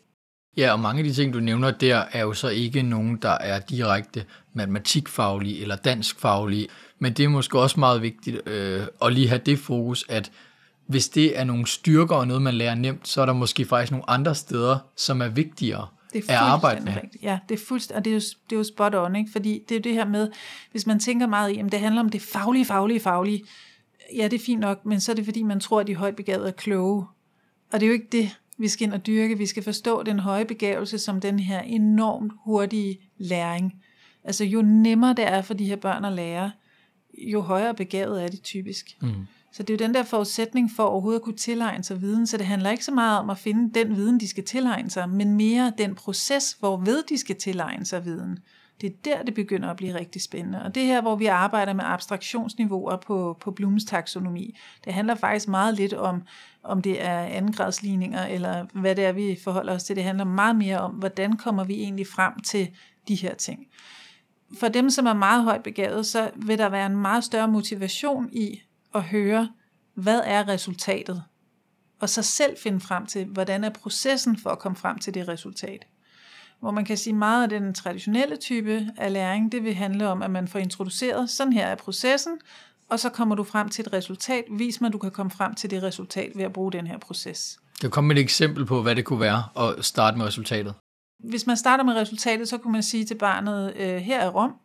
Ja, og mange af de ting, du nævner der, er jo så ikke nogen, der er direkte matematikfaglige eller danskfaglige, men det er måske også meget vigtigt øh, at lige have det fokus, at hvis det er nogle styrker og noget, man lærer nemt, så er der måske faktisk nogle andre steder, som er vigtigere at arbejde med. Rigtigt. Ja, det er fuldstændig, og det er, jo, det er jo spot on, ikke? Fordi det er jo det her med, hvis man tænker meget i, at det handler om det faglige, faglige, faglige. Ja, det er fint nok, men så er det fordi, man tror, at de højt begavede er kloge. Og det er jo ikke det, vi skal ind og dyrke. Vi skal forstå den høje begavelse som den her enormt hurtige læring. Altså jo nemmere det er for de her børn at lære, jo højere begavet er de typisk. Mm. Så det er jo den der forudsætning for overhovedet at kunne tilegne sig viden, så det handler ikke så meget om at finde den viden, de skal tilegne sig, men mere den proces, hvorved de skal tilegne sig viden. Det er der, det begynder at blive rigtig spændende. Og det her, hvor vi arbejder med abstraktionsniveauer på, på Blums taksonomi, det handler faktisk meget lidt om, om det er andengradsligninger, eller hvad det er, vi forholder os til. Det handler meget mere om, hvordan kommer vi egentlig frem til de her ting. For dem, som er meget højt begavet, så vil der være en meget større motivation i at høre, hvad er resultatet, og så selv finde frem til, hvordan er processen for at komme frem til det resultat. Hvor man kan sige, meget af den traditionelle type af læring, det vil handle om, at man får introduceret, sådan her er processen, og så kommer du frem til et resultat. Vis mig, at du kan komme frem til det resultat ved at bruge den her proces. Kan du komme med et eksempel på, hvad det kunne være at starte med resultatet? Hvis man starter med resultatet, så kunne man sige til barnet, øh, her er Rom,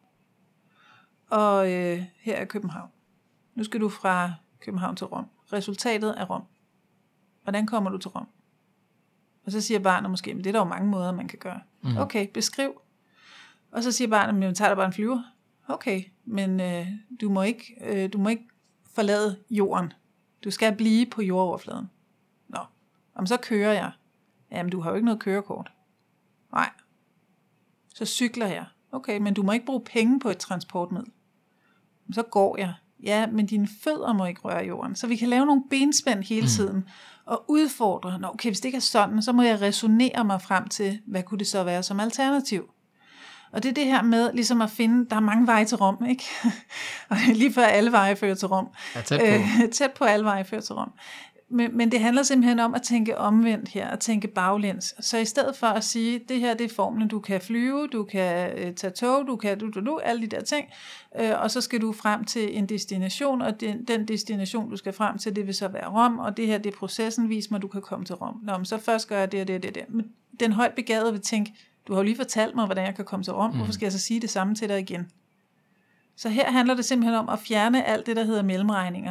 og øh, her er København. Nu skal du fra København til Rom. Resultatet er Rom. Hvordan kommer du til Rom? Og så siger barnet måske, men det er der jo mange måder, man kan gøre. Mm. Okay, beskriv. Og så siger barnet, men tager der bare en flyver. Okay, men øh, du, må ikke, øh, du må ikke forlade jorden. Du skal blive på jordoverfladen. Nå, om så kører jeg. Jamen, du har jo ikke noget kørekort. Nej. Så cykler jeg. Okay, men du må ikke bruge penge på et transportmiddel. Så går jeg. Ja, men dine fødder må ikke røre jorden. Så vi kan lave nogle benspænd hele tiden, mm. og udfordre. Nå, okay, hvis det ikke er sådan, så må jeg resonere mig frem til, hvad kunne det så være som alternativ? Og det er det her med ligesom at finde, der er mange veje til Rom, ikke? Og lige før alle veje fører til Rom. Ja, tæt på. Øh, tæt på alle veje fører til Rom. Men, men det handler simpelthen om at tænke omvendt her, at tænke baglæns. Så i stedet for at sige, det her det er formlen, du kan flyve, du kan øh, tage tog, du kan du, du, du, alle de der ting, øh, og så skal du frem til en destination, og den, den destination, du skal frem til, det vil så være Rom, og det her, det er processen, vis mig, du kan komme til Rom. Nå, men så først gør jeg det og det og det, det. Men den højt begavede vil tænke, du har jo lige fortalt mig, hvordan jeg kan komme til Rom, mm. hvorfor skal jeg så sige det samme til dig igen? Så her handler det simpelthen om at fjerne alt det, der hedder mellemregninger,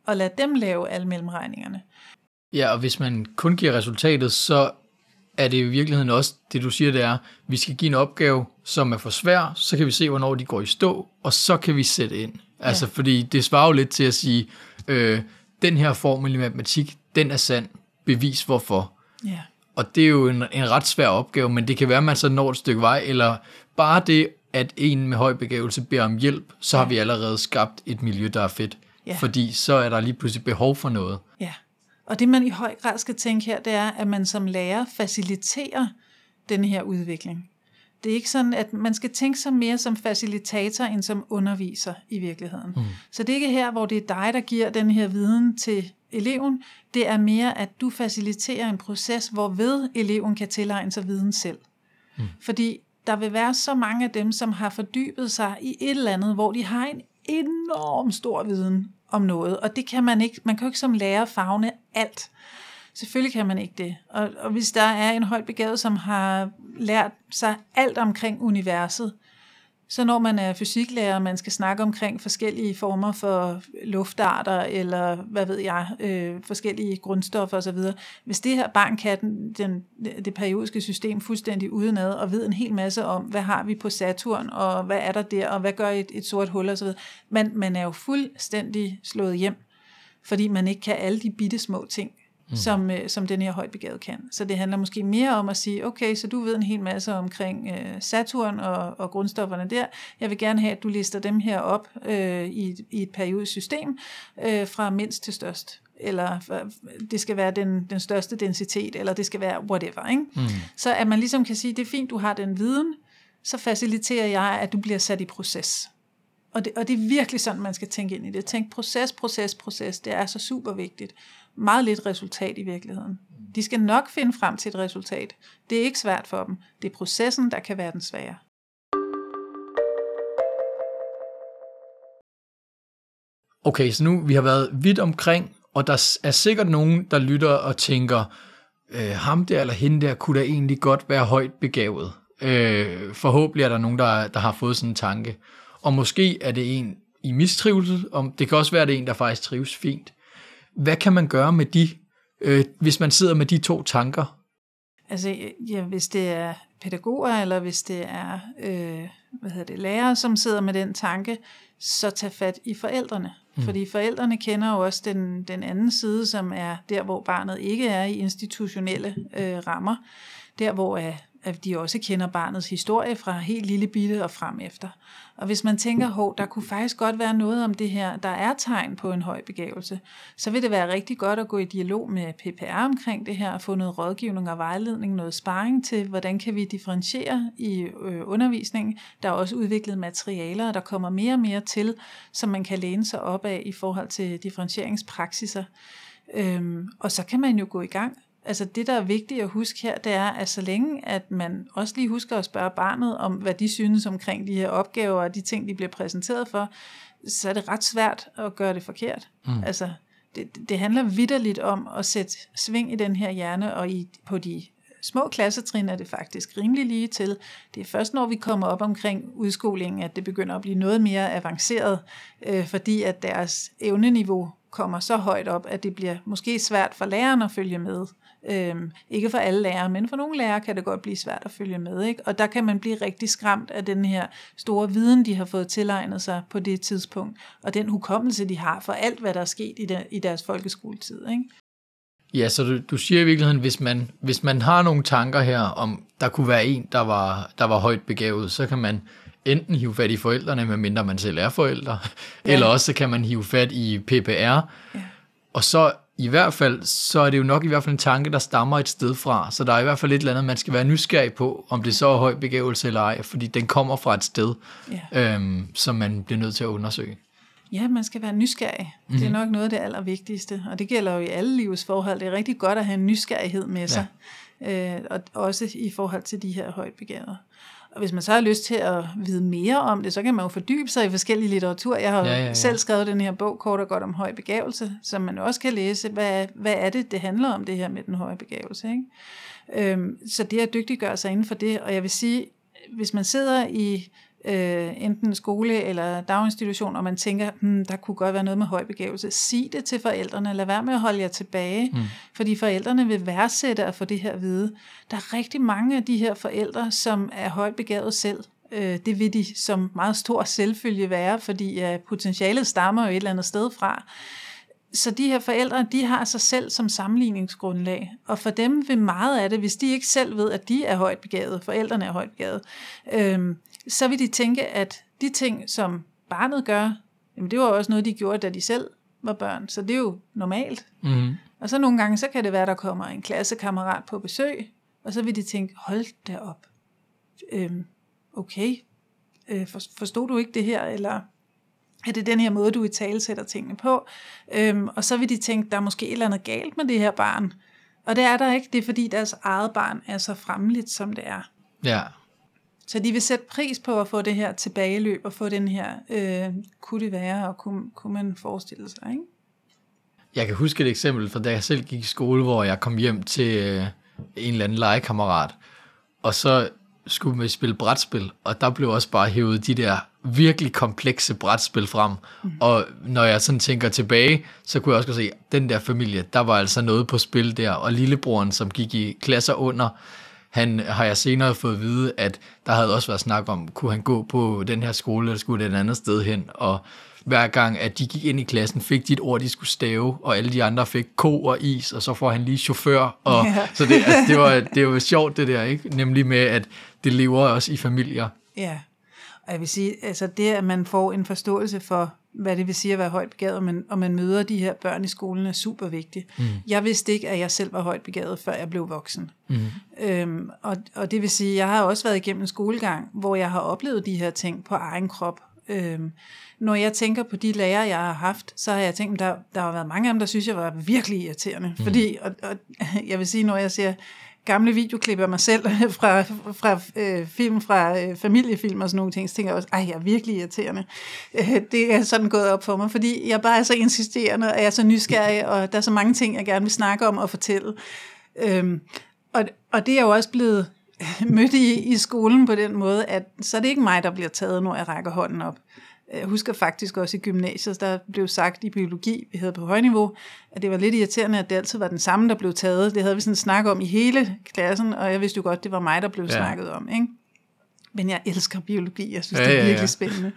og lade dem lave alle mellemregningerne. Ja, og hvis man kun giver resultatet, så er det i virkeligheden også, det du siger, det er, vi skal give en opgave, som er for svær, så kan vi se, hvornår de går i stå, og så kan vi sætte ind. Altså, ja. Fordi det svarer jo lidt til at sige, øh, den her formel i matematik, den er sand, bevis hvorfor. Ja. Og det er jo en, en ret svær opgave, men det kan være, at man så når et stykke vej, eller bare det, at en med høj begævelse beder om hjælp, så har vi allerede skabt et miljø, der er fedt. Ja. Fordi så er der lige pludselig behov for noget. Ja, og det man i høj grad skal tænke her, det er, at man som lærer faciliterer den her udvikling. Det er ikke sådan, at man skal tænke sig mere som facilitator, end som underviser i virkeligheden. Mm. Så det er ikke her, hvor det er dig, der giver den her viden til eleven. Det er mere, at du faciliterer en proces, hvorved eleven kan tilegne sig viden selv. Mm. Fordi der vil være så mange af dem, som har fordybet sig i et eller andet, hvor de har en enorm stor viden om noget, og det kan man ikke, man kan jo ikke som lærer favne alt. Selvfølgelig kan man ikke det. Og, og hvis der er en højt begavet, som har lært sig alt omkring universet, så når man er fysiklærer, og man skal snakke omkring forskellige former for luftarter, eller hvad ved jeg, øh, forskellige grundstoffer osv. Hvis det her barn kan den, den, det periodiske system fuldstændig udenad, og ved en hel masse om, hvad har vi på Saturn, og hvad er der der, og hvad gør et, et sort hul osv. Man, man er jo fuldstændig slået hjem, fordi man ikke kan alle de bitte små ting, Mm. Som, øh, som den her højt begavet kan. Så det handler måske mere om at sige, okay, så du ved en hel masse omkring øh, Saturn og, og grundstofferne der. Jeg vil gerne have, at du lister dem her op øh, i, i et periodisk system øh, fra mindst til størst. Eller det skal være den, den største densitet, eller det skal være whatever. Ikke? Mm. Så at man ligesom kan sige, det er fint, du har den viden, så faciliterer jeg, at du bliver sat i proces. Og det, og det er virkelig sådan, man skal tænke ind i det. Tænk proces, proces, proces. Det er så super vigtigt. Meget lidt resultat i virkeligheden. De skal nok finde frem til et resultat. Det er ikke svært for dem. Det er processen, der kan være den svære. Okay, så nu vi har været vidt omkring, og der er sikkert nogen, der lytter og tænker, øh, ham der eller hende der kunne da egentlig godt være højt begavet. Øh, forhåbentlig er der nogen, der, der har fået sådan en tanke. Og måske er det en i mistrivsel, og det kan også være, at det er en, der faktisk trives fint. Hvad kan man gøre med de, øh, hvis man sidder med de to tanker? Altså, ja, hvis det er pædagoger, eller hvis det er øh, hvad hedder det, lærere, som sidder med den tanke, så tag fat i forældrene. Mm. Fordi forældrene kender jo også den, den anden side, som er der, hvor barnet ikke er i institutionelle øh, rammer. Der, hvor øh, at de også kender barnets historie fra helt lille bitte og frem efter. Og hvis man tænker, hov, der kunne faktisk godt være noget om det her, der er tegn på en høj begævelse, så vil det være rigtig godt at gå i dialog med P P R omkring det her, og få noget rådgivning og vejledning, noget sparring til, hvordan kan vi differentiere i øh, undervisningen. Der er også udviklet materialer, og der kommer mere og mere til, som man kan læne sig op af i forhold til differentieringspraksiser. Øhm, og så kan man jo gå i gang. Altså det, der er vigtigt at huske her, det er, at så længe, at man også lige husker at spørge barnet om, hvad de synes omkring de her opgaver og de ting, de bliver præsenteret for, så er det ret svært at gøre det forkert. Mm. Altså det, det handler vitterligt om at sætte sving i den her hjerne, og i, på de små klassetrin er det faktisk rimelig lige til. Det er først, når vi kommer op omkring udskolingen, at det begynder at blive noget mere avanceret, øh, fordi at deres evneniveau kommer så højt op, at det bliver måske svært for læreren at følge med. Øhm, ikke for alle lærere, men for nogle lærere kan det godt blive svært at følge med, ikke? Og der kan man blive rigtig skræmt af den her store viden, de har fået tilegnet sig på det tidspunkt, og den hukommelse, de har for alt, hvad der er sket i, der, i deres folkeskoletid, ikke? Ja, så du, du siger i virkeligheden, hvis man, hvis man har nogle tanker her, om der kunne være en, der var, der var højt begavet, så kan man enten hive fat i forældrene, medmindre man selv er forældre, ja. Eller også så kan man hive fat i P P R, ja. Og så i hvert fald, så er det jo nok i hvert fald en tanke, der stammer et sted fra, så der er i hvert fald et eller andet, man skal være nysgerrig på, om det så er høj begævelse eller ej, fordi den kommer fra et sted, ja. øhm, som man bliver nødt til at undersøge. Ja, man skal være nysgerrig. Mm-hmm. Det er nok noget af det allervigtigste, og det gælder jo i alle livets forhold. Det er rigtig godt at have en nysgerrighed med sig, ja. øh, og også i forhold til de her højt begavede. Og hvis man så har lyst til at vide mere om det, så kan man jo fordybe sig i forskellige litteratur. Jeg har ja, ja, ja. selv skrevet den her bog, Kort og godt om høj begævelse, som man også kan læse. Hvad, hvad er det, det handler om, det her med den høje begævelse, ikke? Øhm, så det er at dygtiggøre sig inden for det. Og jeg vil sige, hvis man sidder i øh, enten skole eller daginstitution, og man tænker, hmm, der kunne godt være noget med høj begævelse. Sig det til forældrene, lad være med at holde jer tilbage, mm. fordi forældrene vil værdsætte at få det her at vide. Der er rigtig mange af de her forældre, som er højt begavet selv. Øh, det vil de som meget stor selvfølge være, fordi øh, potentialet stammer jo et eller andet sted fra. Så de her forældre, de har sig selv som sammenligningsgrundlag, og for dem vil meget af det, hvis de ikke selv ved, at de er højt begavet, forældrene er højt begavet, øhm, så vil de tænke, at de ting, som barnet gør, jamen det var også noget, de gjorde, da de selv var børn, så det er jo normalt. Mm-hmm. Og så nogle gange, så kan det være, der kommer en klassekammerat på besøg, og så vil de tænke, hold da op, øhm, okay, øh, forstod du ikke det her, eller er det den her måde, du i tale sætter tingene på? Øhm, og så vil de tænke, der er måske et eller andet galt med det her barn. Og det er der ikke, det er fordi deres eget barn er så fremmeligt, som det er. Ja. Så de vil sætte pris på at få det her tilbageløb, og få den her, øh, kunne det være, og kunne, kunne man forestille sig, ikke? Jeg kan huske et eksempel fra da jeg selv gik i skole, hvor jeg kom hjem til øh, en eller anden legekammerat, og så skulle vi spille brætspil, og der blev også bare hævet de der virkelig komplekse brætspil frem, mm. og når jeg sådan tænker tilbage, så kunne jeg også se, at den der familie, der var altså noget på spil der, og lillebroren, som gik i klasser under, han har jeg senere fået at vide, at der havde også været snak om, kunne han gå på den her skole, eller skulle det et andet sted hen, og hver gang, at de gik ind i klassen, fik de et ord, de skulle stave, og alle de andre fik ko og is, og så får han lige chauffør, og ja. Så det, altså, det, var, det var sjovt det der, ikke? Nemlig med, at det lever også i familier. Ja, og jeg vil sige, altså det, at man får en forståelse for, hvad det vil sige at være højt begavet, og man, og man møder de her børn i skolen, er super vigtigt. Mm. Jeg vidste ikke, at jeg selv var højt begavet, før jeg blev voksen. Mm. Øhm, og, og det vil sige, jeg har også været igennem en skolegang, hvor jeg har oplevet de her ting på egen krop. Øhm, når jeg tænker på de lærere, jeg har haft, så har jeg tænkt, der, der har været mange af dem, der synes, jeg var virkelig irriterende. Mm. Fordi, og, og jeg vil sige, når jeg ser gamle videoklip af mig selv fra, fra øh, film, fra øh, familiefilm og sådan nogle ting, så tænker jeg også, ej, jeg er virkelig irriterende. Øh, det er sådan gået op for mig, fordi jeg bare er så insisterende, og jeg er så nysgerrig, og der er så mange ting, jeg gerne vil snakke om og fortælle. Øhm, og, og det er jo også blevet mødt i, i skolen på den måde, at så er det ikke mig, der bliver taget, når jeg rækker hånden op. Jeg husker faktisk også i gymnasiet, der blev sagt i biologi, vi havde på højniveau, at det var lidt irriterende, at det altid var den samme, der blev taget. Det havde vi sådan snak om i hele klassen, og jeg vidste jo godt, det var mig, der blev ja. snakket om, ikke? Men jeg elsker biologi, jeg synes, ja, det er virkelig ja, ja. spændende.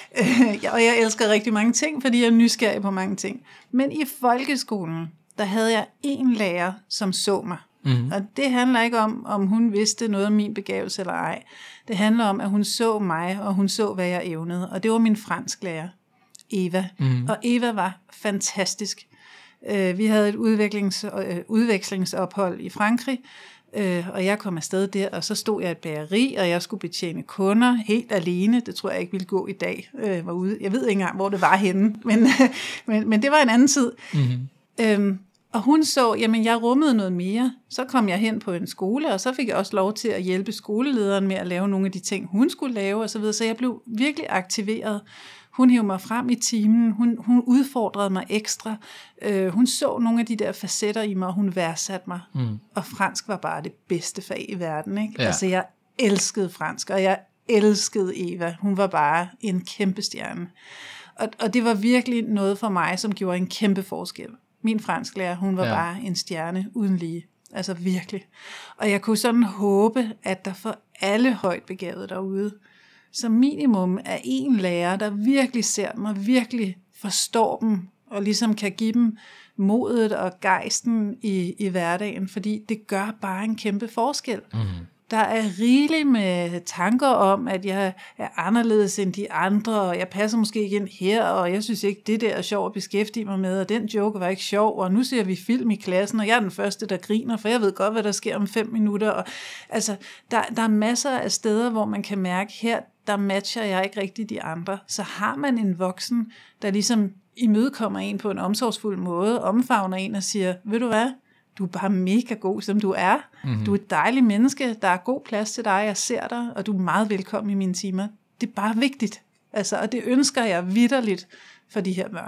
Og jeg elsker rigtig mange ting, fordi jeg er nysgerrig på mange ting. Men i folkeskolen, der havde jeg en lærer, som så mig. Mm-hmm. Og det handler ikke om, om hun vidste noget om min begævelse eller ej. Det handler om, at hun så mig, og hun så, hvad jeg evnede. Og det var min fransklærer, Eva. Mm-hmm. Og Eva var fantastisk. Uh, vi havde et udviklings, uh, udvekslingsophold i Frankrig, uh, og jeg kom afsted der, og så stod jeg i et bageri, og jeg skulle betjene kunder helt alene. Det tror jeg ikke ville gå i dag. Uh, var ude. Jeg ved ikke engang, hvor det var henne, men, men, men det var en anden tid. Mm-hmm. Um, Og hun så, jamen jeg rummede noget mere, så kom jeg hen på en skole, og så fik jeg også lov til at hjælpe skolelederen med at lave nogle af de ting, hun skulle lave osv., så jeg blev virkelig aktiveret. Hun hævde mig frem i timen, hun, hun udfordrede mig ekstra, øh, hun så nogle af de der facetter i mig, og hun værdsatte mig, mm. og fransk var bare det bedste fag i verden, ikke? Ja. Altså jeg elskede fransk, og jeg elskede Eva, hun var bare en kæmpe stjerne. Og, og det var virkelig noget for mig, som gjorde en kæmpe forskel. Min fransklærer, hun var ja. bare en stjerne uden lige. Altså virkelig. Og jeg kunne sådan håbe, at der for alle højt begavede derude, som minimum er en lærer, der virkelig ser dem og virkelig forstår dem, og ligesom kan give dem modet og gejsten i, i hverdagen, fordi det gør bare en kæmpe forskel. Mm. Der er rigeligt med tanker om, at jeg er anderledes end de andre, og jeg passer måske ikke ind her, og jeg synes ikke, det der er sjovt at beskæftige mig med, og den joke var ikke sjov, og nu ser vi film i klassen, og jeg er den første, der griner, for jeg ved godt, hvad der sker om fem minutter. Og, altså, der, der er masser af steder, hvor man kan mærke, her der matcher jeg ikke rigtig de andre. Så har man en voksen, der ligesom imødekommer en på en omsorgsfuld måde, omfavner en og siger, ved du hvad? Du er bare mega god, som du er. Mm-hmm. Du er et dejligt menneske. Der er god plads til dig. Jeg ser dig, og du er meget velkommen i mine timer. Det er bare vigtigt. Altså, og det ønsker jeg vitterligt for de her børn.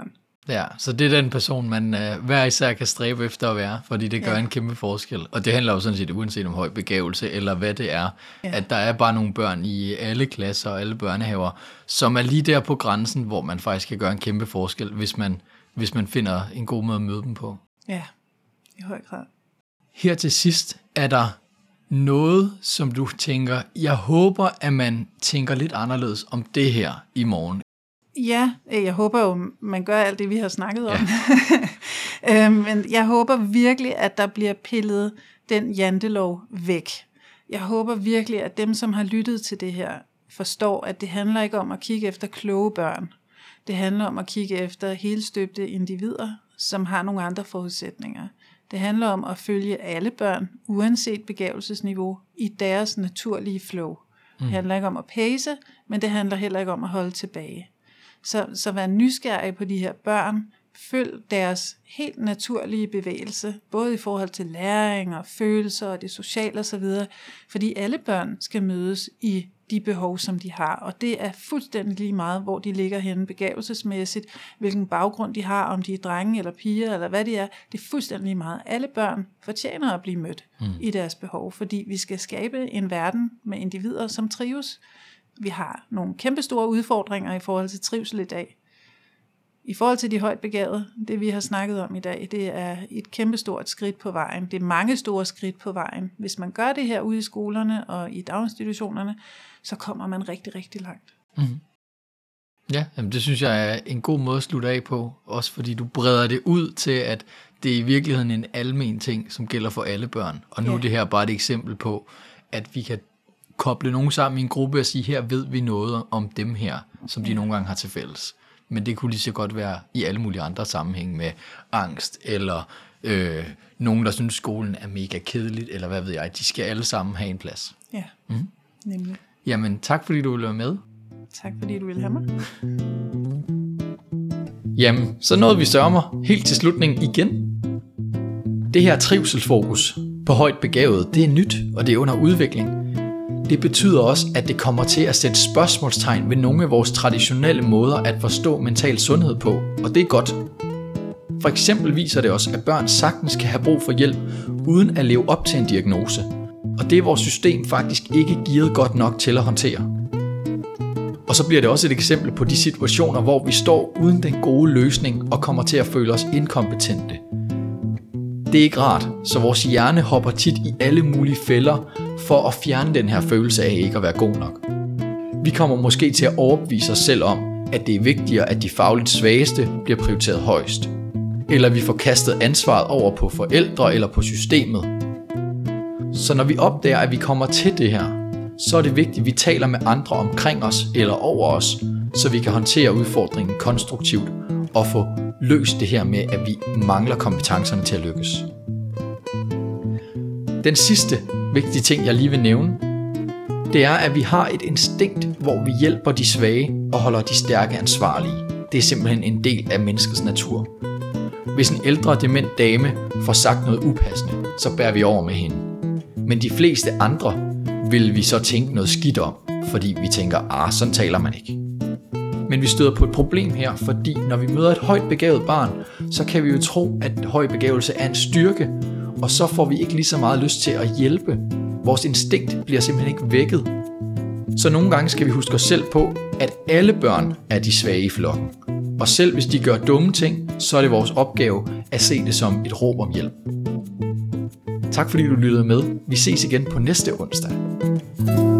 Ja, så det er den person, man uh, hver især kan stræbe efter at være, fordi det gør ja. en kæmpe forskel. Og det handler jo sådan set uanset om høj begævelse, eller hvad det er, ja. at der er bare nogle børn i alle klasser og alle børnehaver, som er lige der på grænsen, hvor man faktisk kan gøre en kæmpe forskel, hvis man, hvis man finder en god måde at møde dem på. Ja, i høj grad. Her til sidst er der noget, som du tænker, jeg håber, at man tænker lidt anderledes om det her i morgen. Ja, jeg håber jo, man gør alt det, vi har snakket om. Ja. Men jeg håber virkelig, at der bliver pillet den jantelov væk. Jeg håber virkelig, at dem, som har lyttet til det her, forstår, at det handler ikke om at kigge efter kloge børn. Det handler om at kigge efter helstøbte individer, som har nogle andre forudsætninger. Det handler om at følge alle børn, uanset begavelsesniveau, i deres naturlige flow. Mm. Det handler ikke om at pace, men det handler heller ikke om at holde tilbage. Så, så vær nysgerrig på de her børn, følg deres helt naturlige bevægelse, både i forhold til læring og følelser og det sociale osv., fordi alle børn skal mødes i de behov, som de har, og det er fuldstændig lige meget, hvor de ligger henne begavelsesmæssigt, hvilken baggrund de har, om de er drenge eller piger, eller hvad de er, det er fuldstændig lige meget. Alle børn fortjener at blive mødt mm. i deres behov, fordi vi skal skabe en verden med individer, som trives. Vi har nogle kæmpestore udfordringer i forhold til trivsel i dag. I forhold til de højt begavede, det vi har snakket om i dag, det er et kæmpestort skridt på vejen. Det er mange store skridt på vejen. Hvis man gør det her ude i skolerne og i daginstitutionerne, så kommer man rigtig, rigtig langt. Mm-hmm. Ja, jamen det synes jeg er en god måde at slutte af på, også fordi du breder det ud til, at det er i virkeligheden en almen ting, som gælder for alle børn. Og nu ja. er det her bare et eksempel på, at vi kan koble nogen sammen i en gruppe og sige, her ved vi noget om dem her, som de ja. nogle gange har til fælles. Men det kunne lige så godt være i alle mulige andre sammenhæng med angst, eller øh, nogen, der synes, skolen er mega kedeligt, eller hvad ved jeg. De skal alle sammen have en plads. Ja, mm. nemlig. Jamen, tak fordi du ville være med. Tak fordi du ville have mig. Jamen, så nåede vi sørmer helt til slutningen igen. Det her trivselsfokus på højt begavet, det er nyt, og det er under udvikling. Det betyder også, at det kommer til at sætte spørgsmålstegn ved nogle af vores traditionelle måder at forstå mental sundhed på, og det er godt. For eksempel viser det os, at børn sagtens kan have brug for hjælp, uden at leve op til en diagnose, og det er vores system faktisk ikke gearet godt nok til at håndtere. Og så bliver det også et eksempel på de situationer, hvor vi står uden den gode løsning og kommer til at føle os inkompetente. Det er ikke rart, så vores hjerne hopper tit i alle mulige fælder for at fjerne den her følelse af ikke at være god nok. Vi kommer måske til at overbevise os selv om, at det er vigtigere, at de fagligt svageste bliver prioriteret højst. Eller vi får kastet ansvaret over på forældre eller på systemet. Så når vi opdager, at vi kommer til det her, så er det vigtigt, at vi taler med andre omkring os eller over os, så vi kan håndtere udfordringen konstruktivt og få løst det her med, at vi mangler kompetencerne til at lykkes. Den sidste vigtige ting, jeg lige vil nævne, det er, at vi har et instinkt, hvor vi hjælper de svage og holder de stærke ansvarlige. Det er simpelthen en del af menneskets natur. Hvis en ældre dement dame får sagt noget upassende, så bærer vi over med hende. Men de fleste andre vil vi så tænke noget skidt om, fordi vi tænker, ah, sådan taler man ikke. Men vi støder på et problem her, fordi når vi møder et højt begavet barn, så kan vi jo tro, at høj begavelse er en styrke, og så får vi ikke lige så meget lyst til at hjælpe. Vores instinkt bliver simpelthen ikke vækket. Så nogle gange skal vi huske os selv på, at alle børn er de svage i flokken. Og selv hvis de gør dumme ting, så er det vores opgave at se det som et råb om hjælp. Tak fordi du lyttede med. Vi ses igen på næste onsdag.